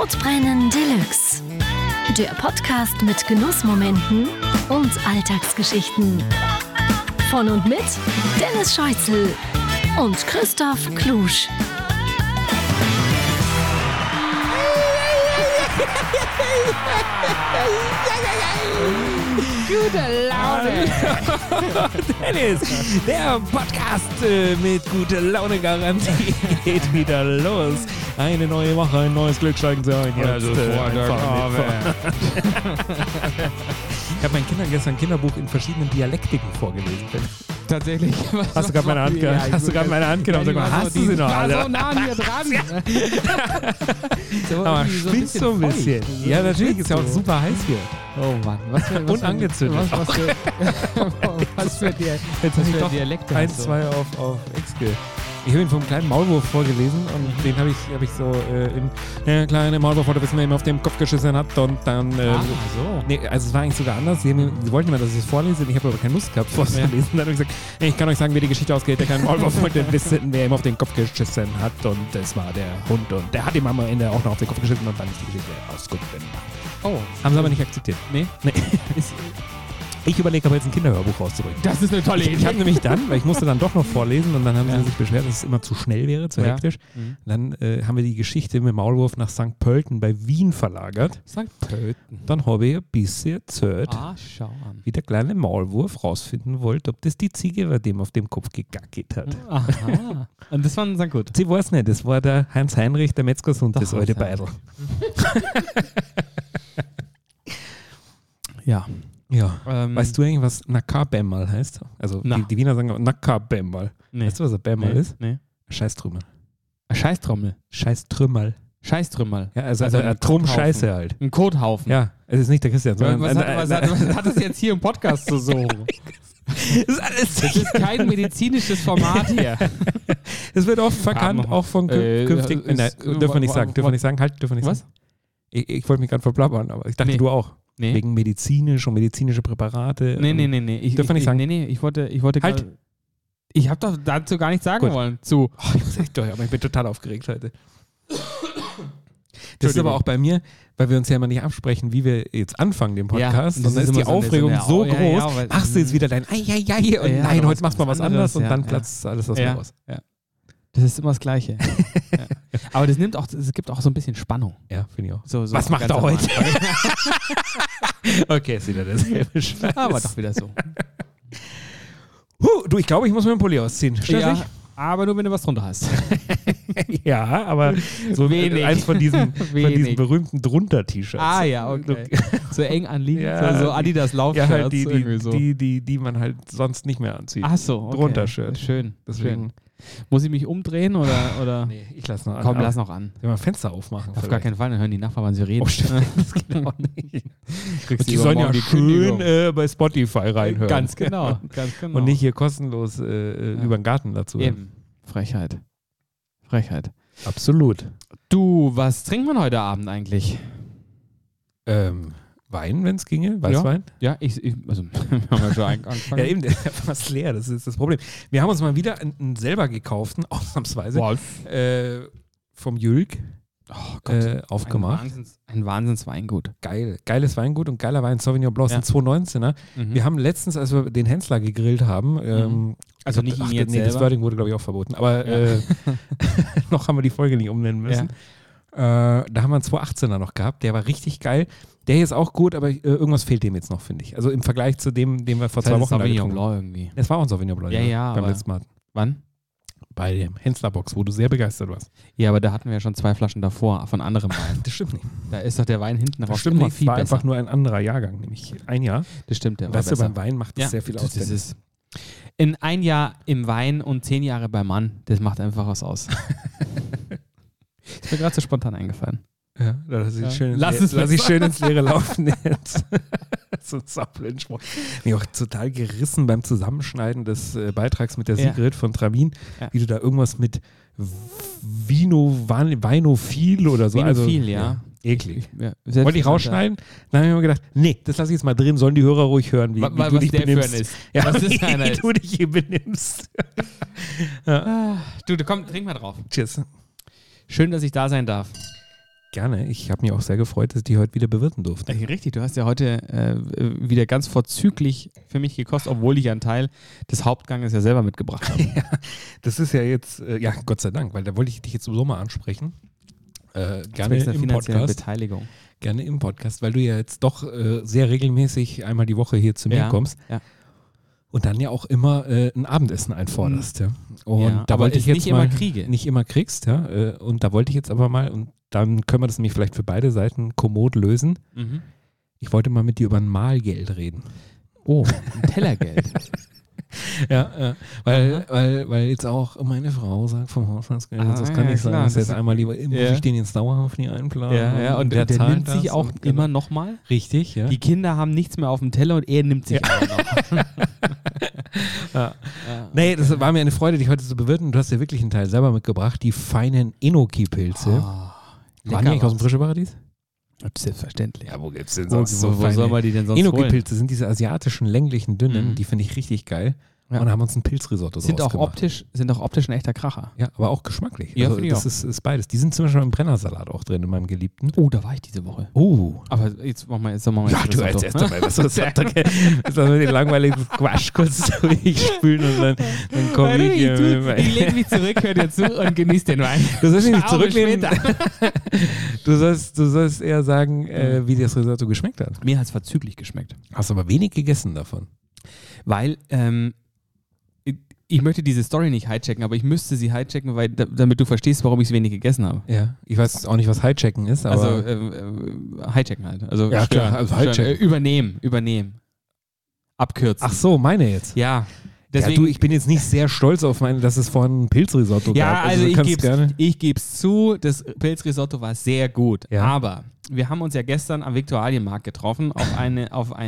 Sodbrennen Deluxe. Der Podcast mit Genussmomenten und Alltagsgeschichten. Von und mit Dennis Scheuzel und Christoph Klusch. Gute Laune. Dennis, der Podcast mit guter Laune Garantie geht wieder los. Eine neue Woche, ein neues Glück steigen Sie ein. Ja, sofort. Ich habe meinen Kindern gestern ein Kinderbuch in verschiedenen Dialektiken vorgelesen. Tatsächlich. Hast du gerade meine Hand genommen? Hast du gerade meine Hand genommen? Ja, hast du sie noch alle? So nah an mir dran. Aber spitzt so ein bisschen. Ja, natürlich ist ja auch super heiß hier. Oh Mann. Und angezündet. Was für Dialekte hast du? 1, 2 auf XG. Ich habe ihn vom kleinen Maulwurf vorgelesen und den habe ich so in der kleine Maulwurf oder wissen wir immer auf dem Kopf geschissen hat und dann so. Nee, also es war eigentlich sogar anders. Sie wollten immer, dass ich es vorlese und ich habe aber keine Lust gehabt vorzulesen. Dann habe ich gesagt, ich kann euch sagen, wie die Geschichte ausgeht. Der kleine Maulwurf wollte wissen, wer ihm auf den Kopf geschissen hat und das war der Hund und der hat ihm am Ende auch noch auf den Kopf geschissen und dann ist die Geschichte ausgeguckt. Oh. Haben sie aber nicht akzeptiert. Nee. Ich überlege aber jetzt ein Kinderhörbuch rauszubringen. Das ist eine tolle Idee. Ich habe nämlich dann, weil ich musste dann doch noch vorlesen und dann haben sie sich beschwert, dass es immer zu schnell wäre, zu hektisch. Mhm. Dann haben wir die Geschichte mit Maulwurf nach St. Pölten bei Wien verlagert. St. Pölten. Dann habe ich ein bisschen erzählt, schau an. wie der kleine Maulwurf rausfinden wollte, ob das die Ziege war, dem auf dem Kopf gegackelt hat. Aha. Und das fanden sie gut. Sie weiß nicht, das war der Heinz Heinrich, der Metzgersund, das alte Beidel. Ja. Ja. Weißt du eigentlich, was Nakabemmal heißt? Also die Wiener sagen Nakabemmal. Nee. Weißt du, was ein Bemmal ist? Nee. Scheißtrümmer. Ein Scheißtrommel? Scheißtrümmerl. Scheißtrümmerl. Ja, also ein Trumm-Scheiße halt. Ein Kothaufen. Ja, es ist nicht der Christian, sondern... Was hat das jetzt hier im Podcast zu suchen? Das ist kein medizinisches Format hier. Es wird oft verkannt, auch von künftigen... Dürfen wir nicht sagen. Dürfen wir nicht sagen. Was? Ich wollte mich gerade verplappern, aber ich dachte, du auch. Nee. Wegen medizinisch und medizinische Präparate. Nee. Dürfen wir nicht sagen. Nee, ich wollte halt. Ich habe doch dazu gar nichts sagen wollen. Zu. Ich muss echt durch, aber ich bin total aufgeregt heute. Das ist aber auch bei mir, weil wir uns ja immer nicht absprechen, wie wir jetzt anfangen, den Podcast. Ja, und dann ist die Aufregung so groß. Machst du jetzt wieder dein Eieiei und nein, heute machst du mal was anderes und dann platzt alles aus mir raus. Ja. Das ist immer das Gleiche. Ja. Aber es gibt auch so ein bisschen Spannung. Ja, finde ich auch. So was macht er heute? Okay, ist wieder dasselbe Scheiß. Aber doch wieder so. Du, ich glaube, ich muss mir den Pulli ausziehen. Ja, aber nur, wenn du was drunter hast. Ja, aber so wenig. Eins von diesen berühmten Drunter-T-Shirts. Ah ja, okay. So eng anliegend, ja, so Adidas Laufshirts. Ja, halt die man halt sonst nicht mehr anzieht. Ach so, okay. Drunter-Shirt. Schön. Deswegen. Muss ich mich umdrehen oder? Nee, ich lass noch an. Komm, lass noch an. Sollen wir mal Fenster aufmachen? Auf gar keinen Fall, dann hören die Nachbarn, wann sie reden. Oh, stimmt. Das geht auch nicht. Die sollen ja schön bei Spotify reinhören. Ganz genau. Und nicht hier kostenlos über den Garten dazu. Eben. Frechheit. Absolut. Du, was trinkt man heute Abend eigentlich? Wein, wenn es ginge? Weißwein? Ja, also wir haben ja schon angefangen. Ja, eben, der ist fast leer, das ist das Problem. Wir haben uns mal wieder einen selber gekauften, ausnahmsweise, vom Jülk aufgemacht. Ein Wahnsinnsweingut. Geiles Weingut und geiler Wein, Sauvignon Blanc, sind 2,19er. Wir haben letztens, als wir den Hensler gegrillt haben, also nicht ihn jetzt selber. Das Wording wurde, glaube ich, auch verboten, aber noch haben wir die Folge nicht umnennen müssen. Da haben wir einen 2,18er noch gehabt, der war richtig geil. Der hier ist auch gut, aber irgendwas fehlt dem jetzt noch, finde ich. Also im Vergleich zu dem, den wir vor 2 Wochen Sauvignon Blanc irgendwie. Es war auch ein Sauvignon Blanc. Ja, beim letzten Mal. Wann? Bei dem Hensler-Box, wo du sehr begeistert warst. Ja, aber da hatten wir ja schon 2 Flaschen davor von anderem Wein. Das stimmt nicht. Da ist doch der Wein hinten raus. Das stimmt nicht, es war einfach nur ein anderer Jahrgang, nämlich ein Jahr. Das stimmt, der war besser. Weißt du, beim Wein macht das sehr viel aus. In 1 Jahr im Wein und 10 Jahre beim Mann, das macht einfach was aus. Ist mir gerade so spontan eingefallen. Ja, lass ich schön ins Leere laufen jetzt. So ein Sauplenspruch. Bin ich auch total gerissen beim Zusammenschneiden des Beitrags mit der Sigrid von Tramin, wie du da irgendwas mit Vinophil oder so. Vinophil, ja. Eklig. Ja, wollte ich rausschneiden? Dann habe ich mir gedacht, nee, das lasse ich jetzt mal drin, sollen die Hörer ruhig hören, wie du dich benimmst. Ist. Ja, was ist einer wie du dich hier benimmst. Ja. Du, komm, trink mal drauf. Cheers. Schön, dass ich da sein darf. Gerne. Ich habe mich auch sehr gefreut, dass ich die heute wieder bewirten durfte. Richtig, du hast ja heute wieder ganz vorzüglich für mich gekostet, obwohl ich einen Teil des Hauptganges ja selber mitgebracht habe. Ja, das ist ja jetzt, Gott sei Dank, weil da wollte ich dich jetzt sowieso mal ansprechen. Gerne im Podcast. Beteiligung. Gerne im Podcast, weil du ja jetzt doch sehr regelmäßig einmal die Woche hier zu mir kommst. Ja. Und dann ja auch immer ein Abendessen einforderst. Ja. Und da aber wollte ich jetzt nicht immer kriege. Nicht immer kriegst, ja. Und da wollte ich jetzt aber mal, und dann können wir das nämlich vielleicht für beide Seiten kommod lösen. Mhm. Ich wollte mal mit dir über ein Mahlgeld reden. Oh, ein Tellergeld. Weil jetzt auch meine Frau sagt vom Haushaltsgeld, das kann nicht sein, dass jetzt einmal lieber, muss ich den jetzt dauerhaft nie einplanen. Ja, und der nimmt sich auch immer nochmal. Richtig, ja. Die Kinder haben nichts mehr auf dem Teller und er nimmt sich auch noch. Nee, das war mir eine Freude, dich heute zu bewirten. Du hast ja wirklich einen Teil selber mitgebracht, die feinen Enoki-Pilze. Waren die eigentlich aus dem Frischeparadies? Selbstverständlich. Ja, wo gibt es denn Wo soll man die denn sonst holen? Enoki-Pilze sind diese asiatischen, länglichen, dünnen, die finde ich richtig geil. Ja. Und haben uns ein Pilzrisotto sind auch optisch ein echter Kracher. Ja, aber auch geschmacklich. Ja, also das ist beides. Die sind zum Beispiel im Brennersalat auch drin, in meinem Geliebten. Oh, da war ich diese Woche. Oh. Aber jetzt machen wir ja, du erzählst dabei, was du sagst. Okay. Jetzt lassen wir den langweiligen Quatsch kurz durchspülen und dann komme ich hier. Ich lege mich zurück, hör dir zu und genieß den Wein. Du sollst nicht zurücklehnen. Du sollst eher sagen, wie das Risotto geschmeckt hat. Mir hat es verzüglich geschmeckt. Hast aber wenig gegessen davon. Weil, ich möchte diese Story nicht hijacken, aber ich müsste sie hijacken, weil, damit du verstehst, warum ich es wenig gegessen habe. Ja, ich weiß auch nicht, was hijacken ist, aber... Also, hijacken halt. Also, ja, klar, also hijacken. Übernehmen. Abkürzen. Ach so, meine jetzt. Ja. Deswegen, ja, ich bin jetzt nicht sehr stolz auf dass es vorhin ein Pilzrisotto gab. Ja, also ich gebe es zu, das Pilzrisotto war sehr gut. Ja. Aber wir haben uns ja gestern am Viktualienmarkt getroffen auf ein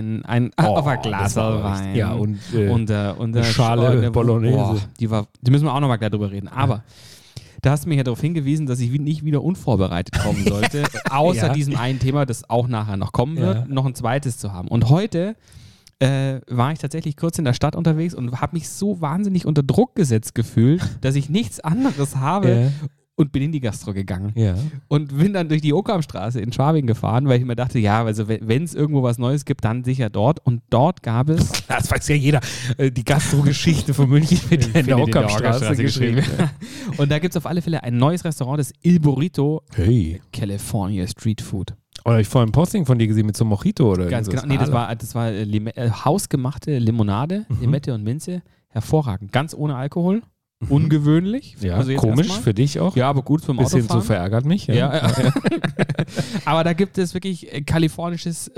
Glas Wein. Ja, und eine Schale Bolognese. Die müssen wir auch nochmal gleich drüber reden. Aber da hast du mich ja darauf hingewiesen, dass ich nicht wieder unvorbereitet kommen sollte, außer diesem einen Thema, das auch nachher noch kommen wird, noch ein zweites zu haben. Und heute war ich tatsächlich kurz in der Stadt unterwegs und habe mich so wahnsinnig unter Druck gesetzt gefühlt, dass ich nichts anderes habe und bin in die Gastro gegangen. Ja. Und bin dann durch die Ockhamstraße in Schwabing gefahren, weil ich mir dachte, ja, also wenn es irgendwo was Neues gibt, dann sicher dort. Und dort gab es... Das weiß ja jeder. Die Gastro-Geschichte von München wird in der Ockhamstraße geschrieben. Und da gibt es auf alle Fälle ein neues Restaurant, das Il Burrito. Hey. California Street Food. Oder ich vorhin ein Posting von dir gesehen mit so einem Mojito oder ganz genau. Nee, das war hausgemachte Limonade, Limette und Minze. Hervorragend. Ganz ohne Alkohol. Ungewöhnlich. Ja, also komisch für dich auch. Ja, aber gut zum Autofahren. Bisschen so verärgert mich. Ja. Aber da gibt es wirklich kalifornisches,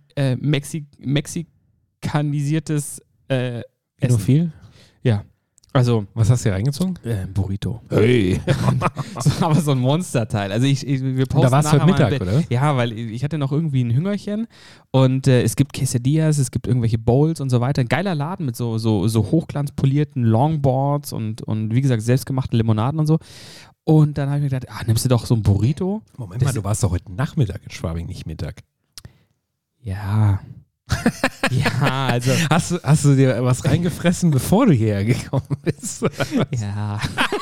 mexikanisiertes Enophil? Ja. Also, was hast du hier reingezogen? Burrito. Hey. Aber so ein Monsterteil. Also wir posten da warst du heute Mittag, oder? Ja, weil ich hatte noch irgendwie ein Hüngerchen und es gibt Quesadillas, es gibt irgendwelche Bowls und so weiter. Ein geiler Laden mit so hochglanzpolierten Longboards und wie gesagt, selbstgemachten Limonaden und so. Und dann habe ich mir gedacht, nimmst du doch so ein Burrito. Moment mal, du warst doch heute Nachmittag in Schwabing, nicht Mittag. Ja. Ja, also. Hast du dir was reingefressen, bevor du hierher gekommen bist? Ja.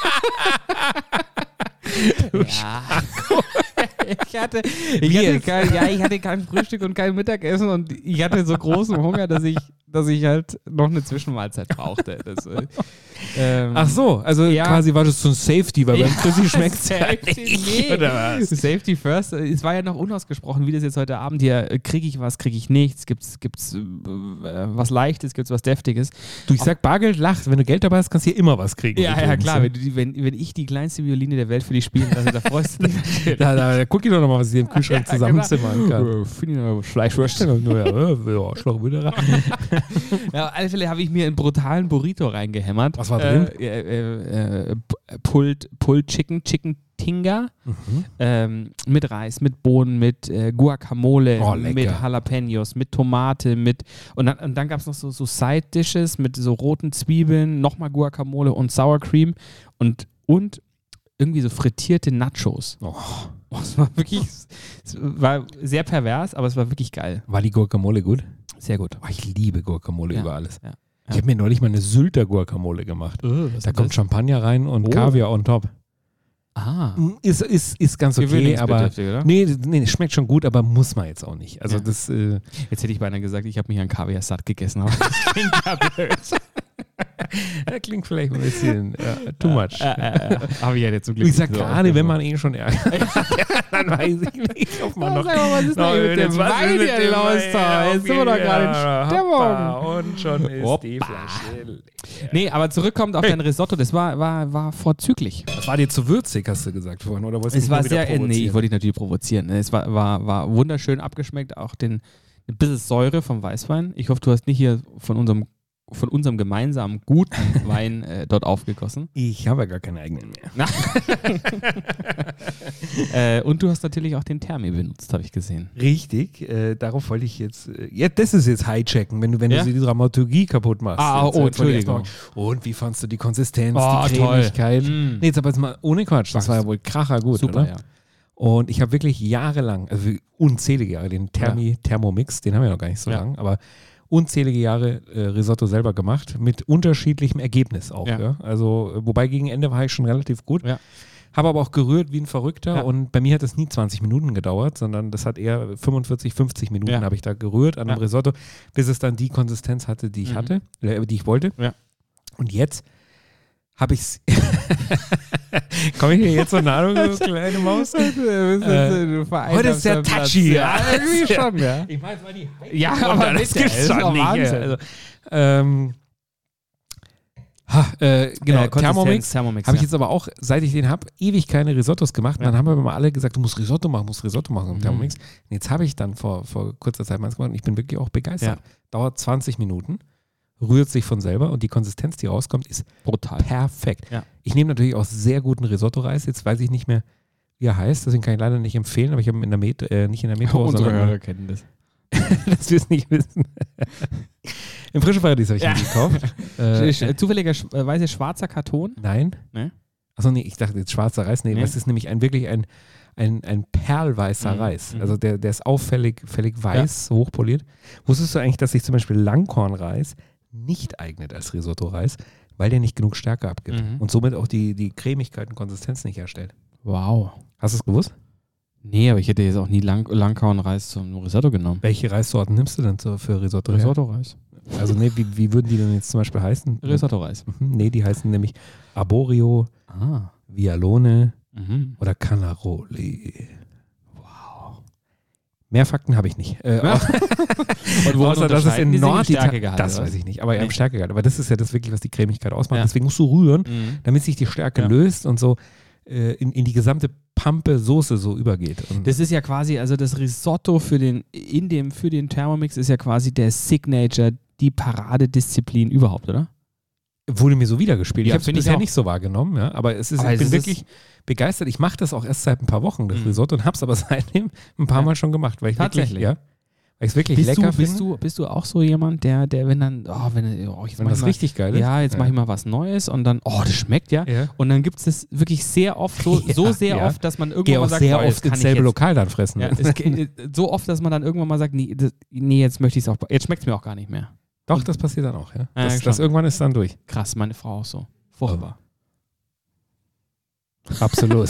Ich hatte kein Frühstück und kein Mittagessen und ich hatte so großen Hunger, dass ich halt noch eine Zwischenmahlzeit brauchte. Ach so, also quasi war das so ein Safety, weil beim Chrissy schmeckt es nicht, oder was? Safety first. Es war ja noch unausgesprochen, wie das jetzt heute Abend hier, kriege ich was, kriege ich nichts, gibt's was Leichtes, gibt's was Deftiges. Du, ich sag, Bargeld lacht, wenn du Geld dabei hast, kannst du hier immer was kriegen. Ja, klar, wenn ich die kleinste Violine der Welt für dich spielen lasse, da freust du dich natürlich. Da guck ich doch nochmal, was ich im Kühlschrank zusammenzimmern kann. Finde ich noch Fleischwürstchen. Schlauchwürderer. Ja, auf alle Fälle habe ich mir einen brutalen Burrito reingehämmert. Was war drin? Pulled Chicken Tinga, mit Reis, mit Bohnen, mit Guacamole, mit Jalapenos, mit Tomate, und dann gab es noch so Side-Dishes mit so roten Zwiebeln, nochmal Guacamole und Sour Cream und irgendwie so frittierte Nachos. Es war sehr pervers, aber es war wirklich geil. War die Guacamole gut? Sehr gut. Ich liebe Guacamole über alles. Ja. Ich habe mir neulich mal eine Sylter Guacamole gemacht. Da kommt Champagner rein und Kaviar on top. Ist ganz okay, aber oder? Nee, schmeckt schon gut, aber muss man jetzt auch nicht. Also das jetzt hätte ich beinahe gesagt, ich habe mich an Kaviar satt gegessen, aber das klingt ja blöd. Das klingt vielleicht ein bisschen too much. Habe ich ja jetzt zum Glück. Ich sag gerade, wenn man ihn schon ärgert, dann weiß ich nicht, ob man noch... Was ist denn mit dem Wein hier los? Jetzt sind wir doch gerade in Stimmung. Und schon ist die Flasche leer. Nee, aber zurückkommt auf dein Risotto, das war vorzüglich. Das war dir zu würzig, hast du gesagt vorhin, oder was? Es war sehr, ich wollte dich natürlich provozieren. Es war wunderschön abgeschmeckt, auch ein bisschen Säure vom Weißwein. Ich hoffe, du hast nicht hier von unserem gemeinsamen guten Wein dort aufgegossen. Ich habe ja gar keinen eigenen mehr. Und du hast natürlich auch den Thermi benutzt, habe ich gesehen. Richtig, darauf wollte ich jetzt, das ist jetzt hijacken, wenn du die Dramaturgie kaputt machst. Entschuldigung. Und wie fandst du die Konsistenz, die Cremigkeit? Nee, jetzt aber jetzt mal ohne Quatsch, das war ja wohl kracher gut, super, oder? Ja. Und ich habe wirklich jahrelang, also unzählige Jahre, den Thermomix, den haben wir noch gar nicht so lange, aber unzählige Jahre Risotto selber gemacht, mit unterschiedlichem Ergebnis auch. Ja. Also, wobei gegen Ende war ich schon relativ gut. Ja. Habe aber auch gerührt wie ein Verrückter und bei mir hat es nie 20 Minuten gedauert, sondern das hat eher 45, 50 Minuten habe ich da gerührt an einem Risotto, bis es dann die Konsistenz hatte, die ich hatte, die ich wollte. Ja. Und jetzt habe ich es. Komme ich hier jetzt so nah, du kleine Maus? Heute ist der touchy. Ja, irgendwie schon, ja. Ich meine, es war die Heizung. Ja, aber das gibt's schon nicht. Genau, Thermomix habe ich jetzt aber auch, seit ich den habe, ewig keine Risottos gemacht. Und dann haben wir immer alle gesagt, du musst Risotto machen im Thermomix. Und jetzt habe ich dann vor kurzer Zeit mal gemacht und ich bin wirklich auch begeistert. Ja. Dauert 20 Minuten. Rührt sich von selber und die Konsistenz, die rauskommt, ist brutal. Perfekt. Ja. Ich nehme natürlich auch sehr guten Risotto-Reis. Jetzt weiß ich nicht mehr, wie er heißt, deswegen kann ich leider nicht empfehlen, aber ich habe ihn nicht in der Metro. Unsere Hörer kennen das. Dass wir es nicht wissen. Im Frischen Paradies habe ich ihn gekauft. Zufälligerweise schwarzer Karton? Nein. Nee? Achso, nee, ich dachte jetzt schwarzer Reis. Nee, das ist nämlich wirklich ein perlweißer Reis. Also der ist auffällig weiß, hochpoliert. Wusstest du eigentlich, dass sich zum Beispiel Langkornreis nicht eignet als Risotto-Reis, weil der nicht genug Stärke abgibt und somit auch die Cremigkeit und Konsistenz nicht herstellt? Wow. Hast du es gewusst? Nee, aber ich hätte jetzt auch nie Langkornreis zum Risotto genommen. Welche Reissorten nimmst du denn für Risotto? Risotto-Reis. Also nee, wie würden die denn jetzt zum Beispiel heißen? Risotto-Reis. Nee, die heißen nämlich Arborio, Vialone oder Canaroli. Wow. Mehr Fakten habe ich nicht. Und außer, dass es in Norditalien, das weiß ich nicht, aber im Stärkegehalt. Aber das ist ja das wirklich, was die Cremigkeit ausmacht. Ja. Deswegen musst du rühren, damit sich die Stärke löst und so in die gesamte Pampe Soße so übergeht. Und das ist ja quasi, also das Risotto für den Thermomix ist ja quasi der Signature, die Paradedisziplin überhaupt, oder? Wurde mir so wiedergespielt. Ich habe es bisher nicht so wahrgenommen, ja, aber ich bin wirklich begeistert. Ich mache das auch erst seit ein paar Wochen, das Risotto, und habe es aber seitdem ein paar Mal schon gemacht, weil ich tatsächlich, weil ich es wirklich lecker finde. Bist du auch so jemand, der wenn dann, wenn das richtig geil ist? Ja, jetzt mache ich mal was Neues und dann, das schmeckt ja. Und dann gibt es das wirklich sehr oft, so sehr oft, dass man irgendwann mal sagt, sehr oft ins selbe Lokal dann fressen. Ja, so oft, dass man dann irgendwann mal sagt, nee, jetzt möchte ich es auch, jetzt schmeckt es mir auch gar nicht mehr. Doch, das passiert dann auch, ja. Das irgendwann ist dann durch. Krass, meine Frau auch so. Furchtbar. Absolut.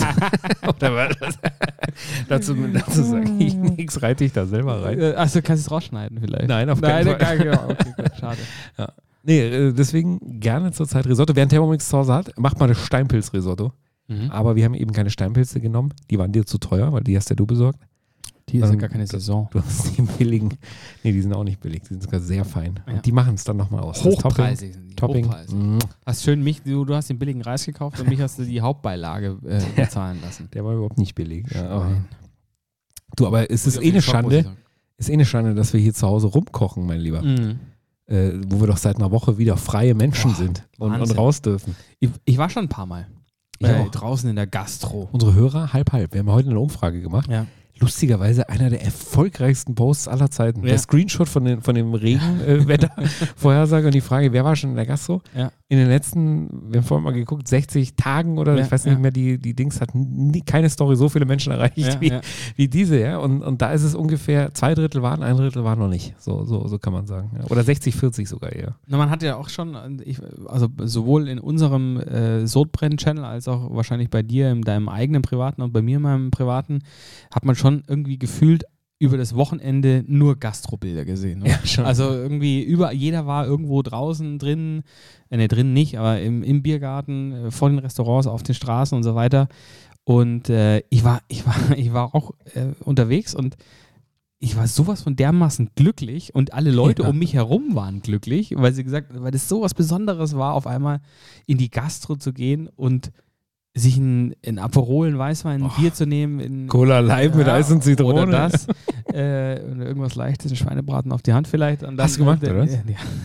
dazu sage ich nichts, reite ich da selber rein. Also kannst du es rausschneiden vielleicht? Nein, auf keinen Fall. Okay, schade. Ja. Nee, deswegen gerne zurzeit Risotto. Wer einen Thermomix zu Hause hat, macht mal das Steinpilz-Risotto. Aber wir haben eben keine Steinpilze genommen. Die waren dir zu teuer, weil die hast ja du besorgt. Die sind gar keine Saison. Du hast die billigen. Nee, die sind auch nicht billig. Die sind sogar sehr fein. Ja. Und die machen es dann nochmal aus. Hochpreisig sind die. Topping. Hochpreisig. Hast schön du hast den billigen Reis gekauft und mich hast du die Hauptbeilage bezahlen lassen. Der war überhaupt nicht billig. Ja, aber es ist eine Schande. Ist eine Schande, dass wir hier zu Hause rumkochen, mein Lieber. Wo wir doch seit einer Woche wieder freie Menschen sind und raus dürfen. Ich war schon ein paar Mal. Draußen in der Gastro. Unsere Hörer, halb. Wir haben heute eine Umfrage gemacht. Ja. Lustigerweise einer der erfolgreichsten Posts aller Zeiten. Ja. Der Screenshot von dem Regenwetter-Vorhersage und die Frage, wer war schon in der Gastro? Ja. in den letzten, wir haben vorhin mal geguckt, 60 Tagen oder ich weiß nicht mehr, die Dings hat keine Story so viele Menschen erreicht wie diese, ja. Und da ist es ungefähr 2/3 waren, 1/3 waren noch nicht. So kann man sagen. Ja. Oder 60-40 sogar eher. Na, man hat ja auch schon, also sowohl in unserem Sodbrennen-Channel als auch wahrscheinlich bei dir in deinem eigenen privaten und bei mir in meinem privaten, hat man schon irgendwie gefühlt über das Wochenende nur Gastrobilder gesehen. Oder? Ja, schon. Also irgendwie jeder war irgendwo draußen drin, drinnen nicht, aber im Biergarten, vor den Restaurants, auf den Straßen und so weiter. Und ich war auch unterwegs und ich war sowas von dermaßen glücklich und alle Leute um mich herum waren glücklich, weil das so was Besonderes war, auf einmal in die Gastro zu gehen und sich ein Aperol, ein Weißwein, ein Bier zu nehmen. Cola Light mit Eis und Zitrone. Oder das. Oder irgendwas Leichtes, ein Schweinebraten auf die Hand vielleicht. Und dann, hast du gemacht, oder was? Ja.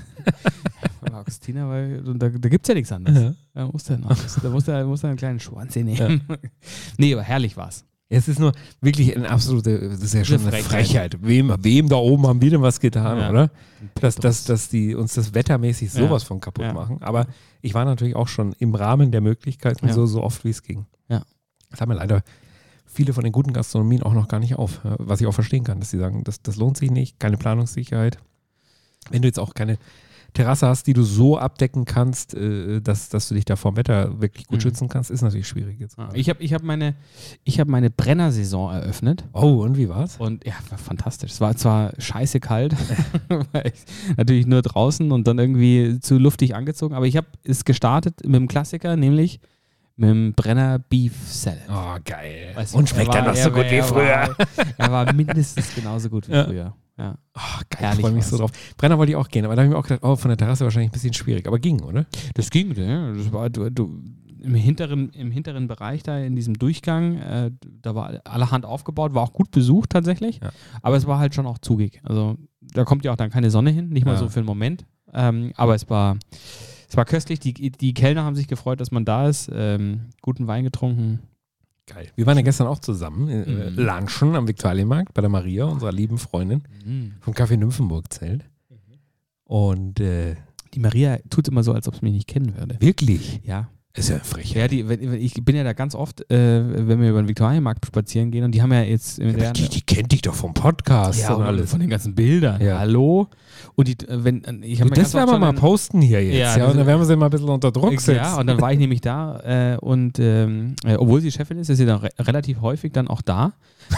Bei Augustina, weil da gibt es ja nichts anderes. Ja. Da musst du einen kleinen Schwanz nehmen. Ja. Nee, aber herrlich war's. Es ist nur wirklich das ist ja schon eine Frechheit. Wem da oben haben wir denn was getan, oder? Dass die uns das wettermäßig sowas von kaputt machen. Aber ich war natürlich auch schon im Rahmen der Möglichkeiten so oft wie es ging. Ja. Das haben wir leider viele von den guten Gastronomien auch noch gar nicht auf. Was ich auch verstehen kann, dass sie sagen, das lohnt sich nicht, keine Planungssicherheit. Wenn du jetzt auch keine Terrasse hast, die du so abdecken kannst, dass du dich da vom Wetter wirklich gut schützen kannst, ist natürlich schwierig jetzt. Ich hab meine Brennersaison eröffnet. Oh, und wie war's? Und ja, war fantastisch. Es war zwar scheiße kalt, natürlich nur draußen und dann irgendwie zu luftig angezogen, aber ich habe es gestartet mit dem Klassiker, nämlich mit dem Brenner Beef Salad. Oh, geil. Und schmeckt er noch so gut wie früher? Er war mindestens genauso gut wie früher. Ja. Oh, geil, ich freue mich so drauf. Brenner wollte ich auch gehen, aber da habe ich mir auch gedacht, von der Terrasse wahrscheinlich ein bisschen schwierig, aber ging, oder? Das ging, ja. Das war, im hinteren Bereich da in diesem Durchgang, da war allerhand aufgebaut, war auch gut besucht tatsächlich, aber es war halt schon auch zugig. Also da kommt ja auch dann keine Sonne hin, nicht mal so für einen Moment, aber es war köstlich. Die Kellner haben sich gefreut, dass man da ist, guten Wein getrunken. Geil. Wir waren ja gestern auch zusammen lunchen am Viktualienmarkt bei der Maria, unserer lieben Freundin vom Café Nymphenburg-Zelt. Und die Maria tut immer so, als ob sie mich nicht kennen würde. Wirklich? Ja. Ist ja frech. Ja, ich bin ja da ganz oft, wenn wir über den Viktualienmarkt spazieren gehen und die haben ja jetzt... Die kennt dich doch vom Podcast und alles. Von den ganzen Bildern. Ja. Hallo? Und das werden wir mal posten hier jetzt. Und dann werden wir sie mal ein bisschen unter Druck setzen. Ja, und dann war ich nämlich da und obwohl sie Chefin ist sie dann relativ häufig dann auch da.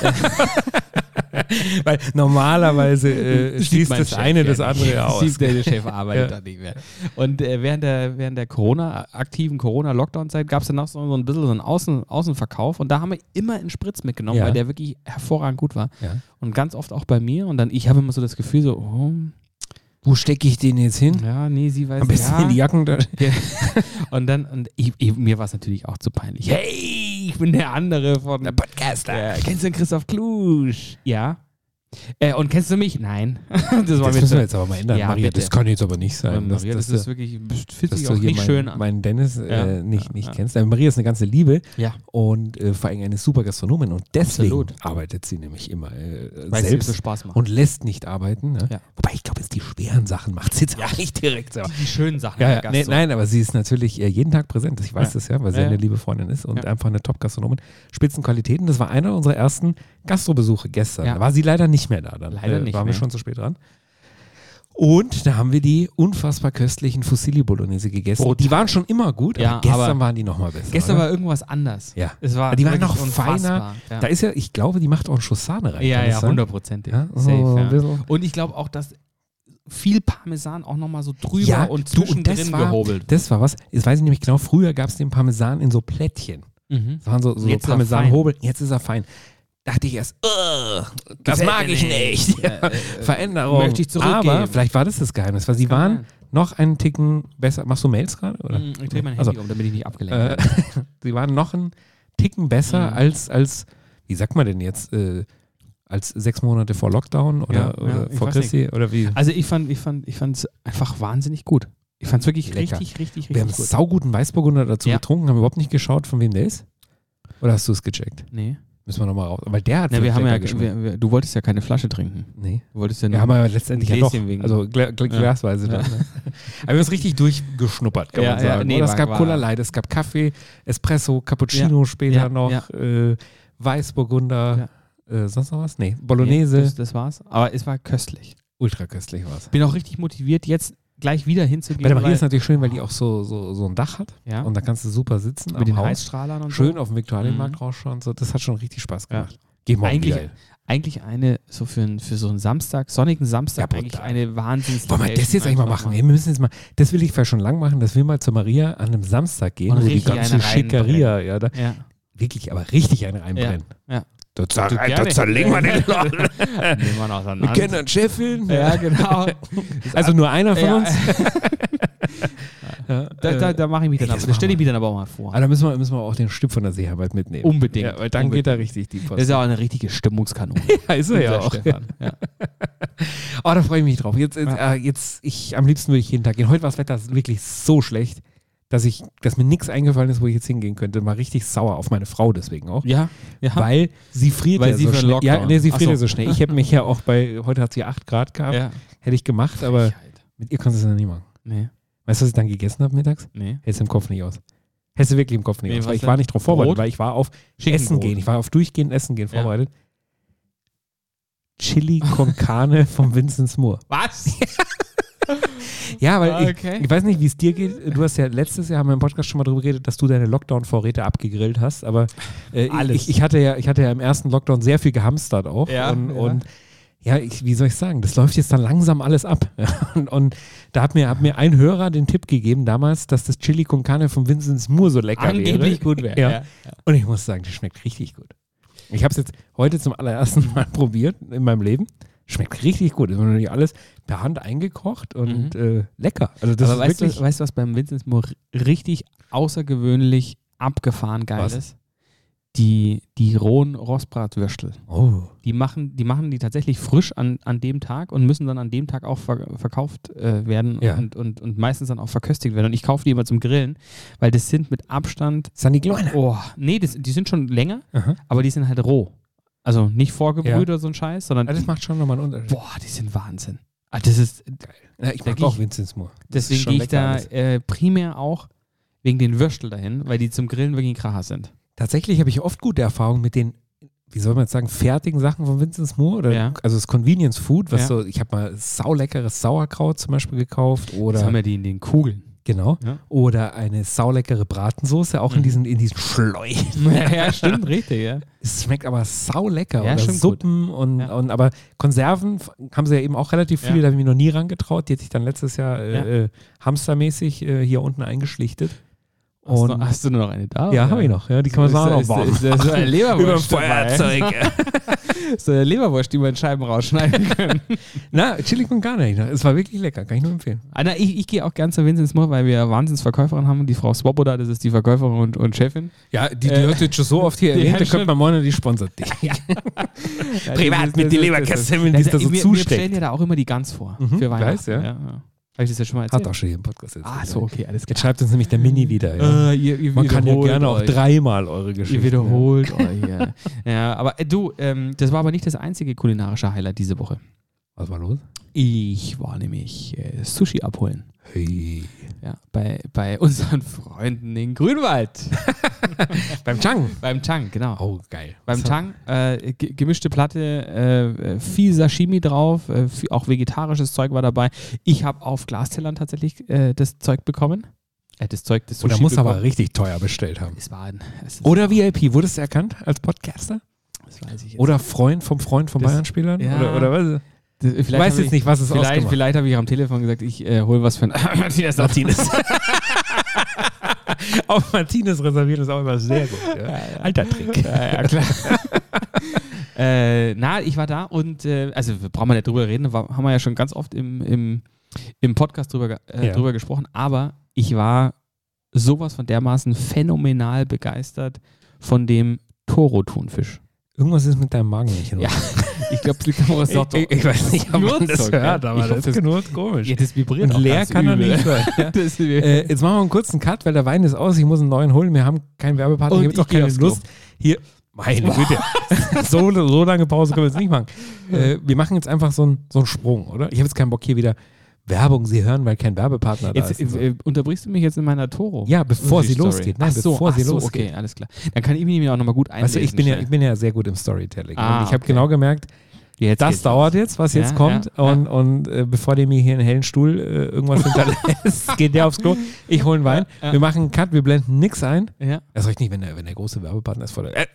Weil normalerweise schließt das eine das andere aus. Der Chef arbeitet da nicht mehr. Und während der aktiven Corona-Lockdown-Zeit gab es dann auch so ein bisschen so einen Außenverkauf und da haben wir immer einen Spritz mitgenommen, weil der wirklich hervorragend gut war. Ja. Und ganz oft auch bei mir und dann, ich habe immer so das Gefühl so, wo stecke ich den jetzt hin? Ja, nee, sie weiß am besten in die Jacken da. Und mir war es natürlich auch zu peinlich. Hey, ich bin der andere von der Podcaster. Kennst du den Christoph Klusch? Ja. Und kennst du mich? Nein. Das müssen wir jetzt aber mal ändern. Ja, Maria, bitte. Das kann jetzt aber nicht sein. Maria, das ist wirklich, fühlt sich auch nicht schön an. Meinen Dennis nicht kennst. Maria ist eine ganze Liebe und vor allem eine super Gastronomin und deswegen arbeitet sie nämlich immer selbst so Spaß macht. Und lässt nicht arbeiten. Ne? Ja. Wobei ich glaube, jetzt die schweren Sachen macht sie jetzt auch nicht direkt. Die schönen Sachen. Nein, aber sie ist natürlich jeden Tag präsent. Ich weiß das weil sie eine liebe Freundin ist und einfach eine Top-Gastronomin. Spitzenqualitäten. Das war einer unserer ersten Gastrobesuche gestern. Da war sie leider nicht mehr da. Dann leider nicht waren wir schon zu spät dran. Und da haben wir die unfassbar köstlichen Fusilli Bolognese gegessen. Die waren schon immer gut, aber gestern waren die nochmal besser. Gestern war irgendwas anders. Ja. Die waren noch feiner. Ja. Da ist ich glaube, die macht auch einen Schuss Sahne rein. Ja, 100%. Ja? Safe, Und ich glaube auch, dass viel Parmesan auch nochmal so drüber und zwischendrin gehobelt. Das war was. Jetzt weiß ich nämlich genau, früher gab es den Parmesan in so Plättchen. Das waren so Parmesan-Hobel. Jetzt ist er fein. Dachte ich erst, das mag ich nicht. Veränderung. Möchte ich zurückgeben. Aber vielleicht war das Geheimnis, weil sie waren noch einen Ticken besser. Machst du Mails gerade? Oder? Ich drehe mein Handy um, damit ich nicht abgelenkt werde. Sie waren noch einen Ticken besser als, wie sagt man denn jetzt, als 6 Monate vor Lockdown oder vor Christi? Oder wie? Also ich fand es einfach wahnsinnig gut. Ich fand es wirklich richtig gut. Wir haben einen sauguten Weißburgunder dazu getrunken, haben überhaupt nicht geschaut, von wem der ist. Oder hast du es gecheckt? Nee. Müssen wir nochmal raus. Weil der hat du wolltest ja keine Flasche trinken. Nee. Du wolltest ja nur haben wir letztendlich ja doch. Wegen. Also glasweise dann. Ne? Aber wir haben es richtig durchgeschnuppert, kann man sagen. Nee, es gab Cola Light, es gab Kaffee, Espresso, Cappuccino später noch, Weißburgunder, sonst noch was? Nee, Bolognese. Nee, das war's. Aber es war köstlich. Ultra köstlich war's. Bin auch richtig motiviert, jetzt gleich wieder hinzugehen. Bei der Maria ist natürlich schön, weil die auch so ein Dach hat. Ja. Und da kannst du super sitzen. Mit den Heizstrahlern und schön auf dem Viktualienmarkt rausschauen. So, das hat schon richtig Spaß gemacht. Gehen wir eigentlich eine, so für so einen Samstag, sonnigen Samstag, eigentlich eine Wahnsinns. Wollen wir das jetzt eigentlich mal machen? Wir müssen jetzt mal, das will ich vielleicht schon lang machen, dass wir mal zu Maria an einem Samstag gehen, und wo die ganze Schickeria, wirklich, aber richtig einen reinbrennen. Ja. Da zerlegen wir den Leute. Wir kennen einen Chefin. Ja, genau. Also nur einer von uns. Da mache ich mich dann ab. Das stelle ich mich dann aber auch mal vor. Aber da müssen wir auch den Stipp von der Seearbeit mitnehmen. Unbedingt. Ja, weil dann geht da richtig die Post. Das ist ja auch eine richtige Stimmungskanone. Ja, ist er ja auch. Stefan. Ja. Oh, da freue ich mich drauf. Jetzt am liebsten würde ich jeden Tag gehen. Heute war das Wetter wirklich so schlecht, dass mir nichts eingefallen ist, wo ich jetzt hingehen könnte. War richtig sauer auf meine Frau deswegen auch. Ja. Weil sie friert so schnell. Ja, nee, sie friert ja so schnell. Ich habe mich ja auch heute hat sie 8 Grad gehabt. Ja. Hätte ich gemacht, aber mit ihr konntest du das noch nie machen. Nee. Weißt du, was ich dann gegessen habe mittags? Nee. Hältst du im Kopf nicht aus. Hältst du wirklich im Kopf nicht aus. Weil ich war nicht drauf vorbereitet, weil ich war auf Essen gehen. Ich war auf durchgehend Essen gehen vorbereitet. Chili con Carne vom Vincent Moore. Was? Ja, weil ich weiß nicht, wie es dir geht. Du hast ja letztes Jahr, haben wir im Podcast schon mal darüber geredet, dass du deine Lockdown-Vorräte abgegrillt hast. Aber ich hatte ja im ersten Lockdown sehr viel gehamstert auch. Und wie soll ich sagen, das läuft jetzt dann langsam alles ab. Und da hat mir ein Hörer den Tipp gegeben damals, dass das Chili con Carne von Vincent Moore so lecker angeblich gut wäre. Ja. Und ich muss sagen, das schmeckt richtig gut. Ich habe es jetzt heute zum allerersten Mal probiert in meinem Leben. Schmeckt richtig gut. Es wird natürlich alles per Hand eingekocht und lecker. Also das aber ist weißt du, was beim Vincent Moore richtig außergewöhnlich abgefahren geil ist? Die rohen Rostbratwürstel. Oh. Die machen die tatsächlich frisch an dem Tag und müssen dann an dem Tag auch verkauft werden und meistens dann auch verköstigt werden. Und ich kaufe die immer zum Grillen, weil das sind mit Abstand... Sind die kleiner? Oh, nee, die sind schon länger, aber die sind halt roh. Also nicht vorgebrüht oder so ein Scheiß, sondern... Das macht schon nochmal einen Unterschied. Boah, die sind Wahnsinn. Das ist geil. Ja, ich mag auch Vincent Moore. Deswegen gehe ich da primär auch wegen den Würstel dahin, weil die zum Grillen wirklich ein Kracher sind. Tatsächlich habe ich oft gute Erfahrungen mit den, wie soll man jetzt sagen, fertigen Sachen von Vincent Moore. Also das Convenience Food, ich habe mal sauleckeres Sauerkraut zum Beispiel gekauft. Oder das haben wir die in den Kugeln. Genau. Ja. Oder eine sauleckere Bratensoße, auch in diesen Schläuchen. Ja, stimmt, richtig, ja. Es schmeckt aber saulecker. Ja, oder Suppen aber Konserven haben sie ja eben auch relativ viele, da habe ich mich noch nie rangetraut. Die hat sich dann letztes Jahr hamstermäßig hier unten eingeschlichtet. Hast du nur noch eine da? Ja, habe ich noch. Ja, die kann man so auch noch warm. Ist so eine Leberwurst über Feuerzeug. So eine Leberwurst, die wir in Scheiben rausschneiden können. Na, Chili con Carne. Es war wirklich lecker. Kann ich nur empfehlen. Ich gehe auch gern zu Vincent Moore, weil wir Wahnsinnsverkäuferin haben. Die Frau Swoboda, das ist die Verkäuferin und Chefin. Ja, die hört jetzt schon so oft hier erwähnt. Da könnte man morgen, die sponsert dich. Privat mit den Leberkästen, die es da so zusteckt. Wir stellen ja da auch immer die Gans vor. Für Weihnachten. Weiß, ja. Habe ich das ja schon mal erzählt? Hat auch schon hier im Podcast jetzt. So, okay, alles klar. Jetzt schreibt uns nämlich der Mini wieder. Ja. Man kann ja gerne auch 3-mal eure Geschichte. Ihr wiederholt euch. Ja, aber das war aber nicht das einzige kulinarische Highlight diese Woche. Was war los? Ich war nämlich Sushi abholen. Hey. Ja, bei unseren Freunden in Grünwald. Beim Chang? Beim Chang, genau. Oh, geil. Beim Chang, gemischte Platte, viel Sashimi drauf, auch vegetarisches Zeug war dabei. Ich habe auf Glastellern tatsächlich das Zeug bekommen. Das Sushi Oder muss aber richtig teuer bestellt haben. Oder VIP, wurdest du erkannt als Podcaster? Das weiß ich jetzt. Oder Freund vom Bayern-Spielern? Ja. Oder was? Ich weiß jetzt nicht, was es ausgemacht. Vielleicht habe ich am Telefon gesagt, ich hole was für einen Martinez. Auf Martinez reservieren ist auch immer sehr gut. Ja. Alter Trick. Ja, klar. Ich war da und also brauchen wir nicht drüber reden, haben wir ja schon ganz oft im Podcast drüber gesprochen, aber ich war sowas von dermaßen phänomenal begeistert von dem Toro-Thunfisch. Irgendwas ist mit deinem Magen nicht in Ordnung. Ja, ich glaube, es liegt am Risotto. Ich weiß nicht, ob man das hört, aber das ist nur komisch. Ja, das vibriert und auch leer kann er nicht sein. Ja. Jetzt machen wir einen kurzen Cut, weil der Wein ist aus. Ich muss einen neuen holen. Wir haben keinen Werbepartner. Ich habe jetzt auch keine Lust, hier Meine Güte. So lange Pause können wir jetzt nicht machen. Wir machen jetzt einfach so einen Sprung, oder? Ich habe jetzt keinen Bock hier wieder Werbung, Sie hören, weil kein Werbepartner da ist. So. Unterbrichst du mich jetzt in meiner Toro? Ja, bevor sie losgeht. Nein, bevor sie losgeht. Okay, alles klar. Dann kann ich mich auch nochmal gut einlesen. Weißt du, ich bin ja sehr gut im Storytelling. Und ich habe genau gemerkt, das dauert jetzt, was jetzt kommt. Und bevor der mir hier einen hellen Stuhl irgendwas hinterlässt, geht der aufs Klo. Ich hole einen Wein. Wir machen einen Cut, wir blenden nichts ein. Ja. Das reicht nicht, wenn der große Werbepartner ist vor der.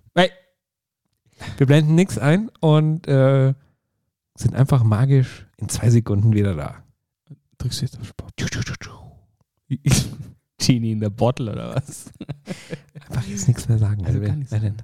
Wir blenden nichts ein und sind einfach magisch in 2 Sekunden wieder da. Drückst du jetzt auf Sport? Genie in the Bottle oder was? Einfach jetzt nichts mehr sagen. Also gar nichts mehr.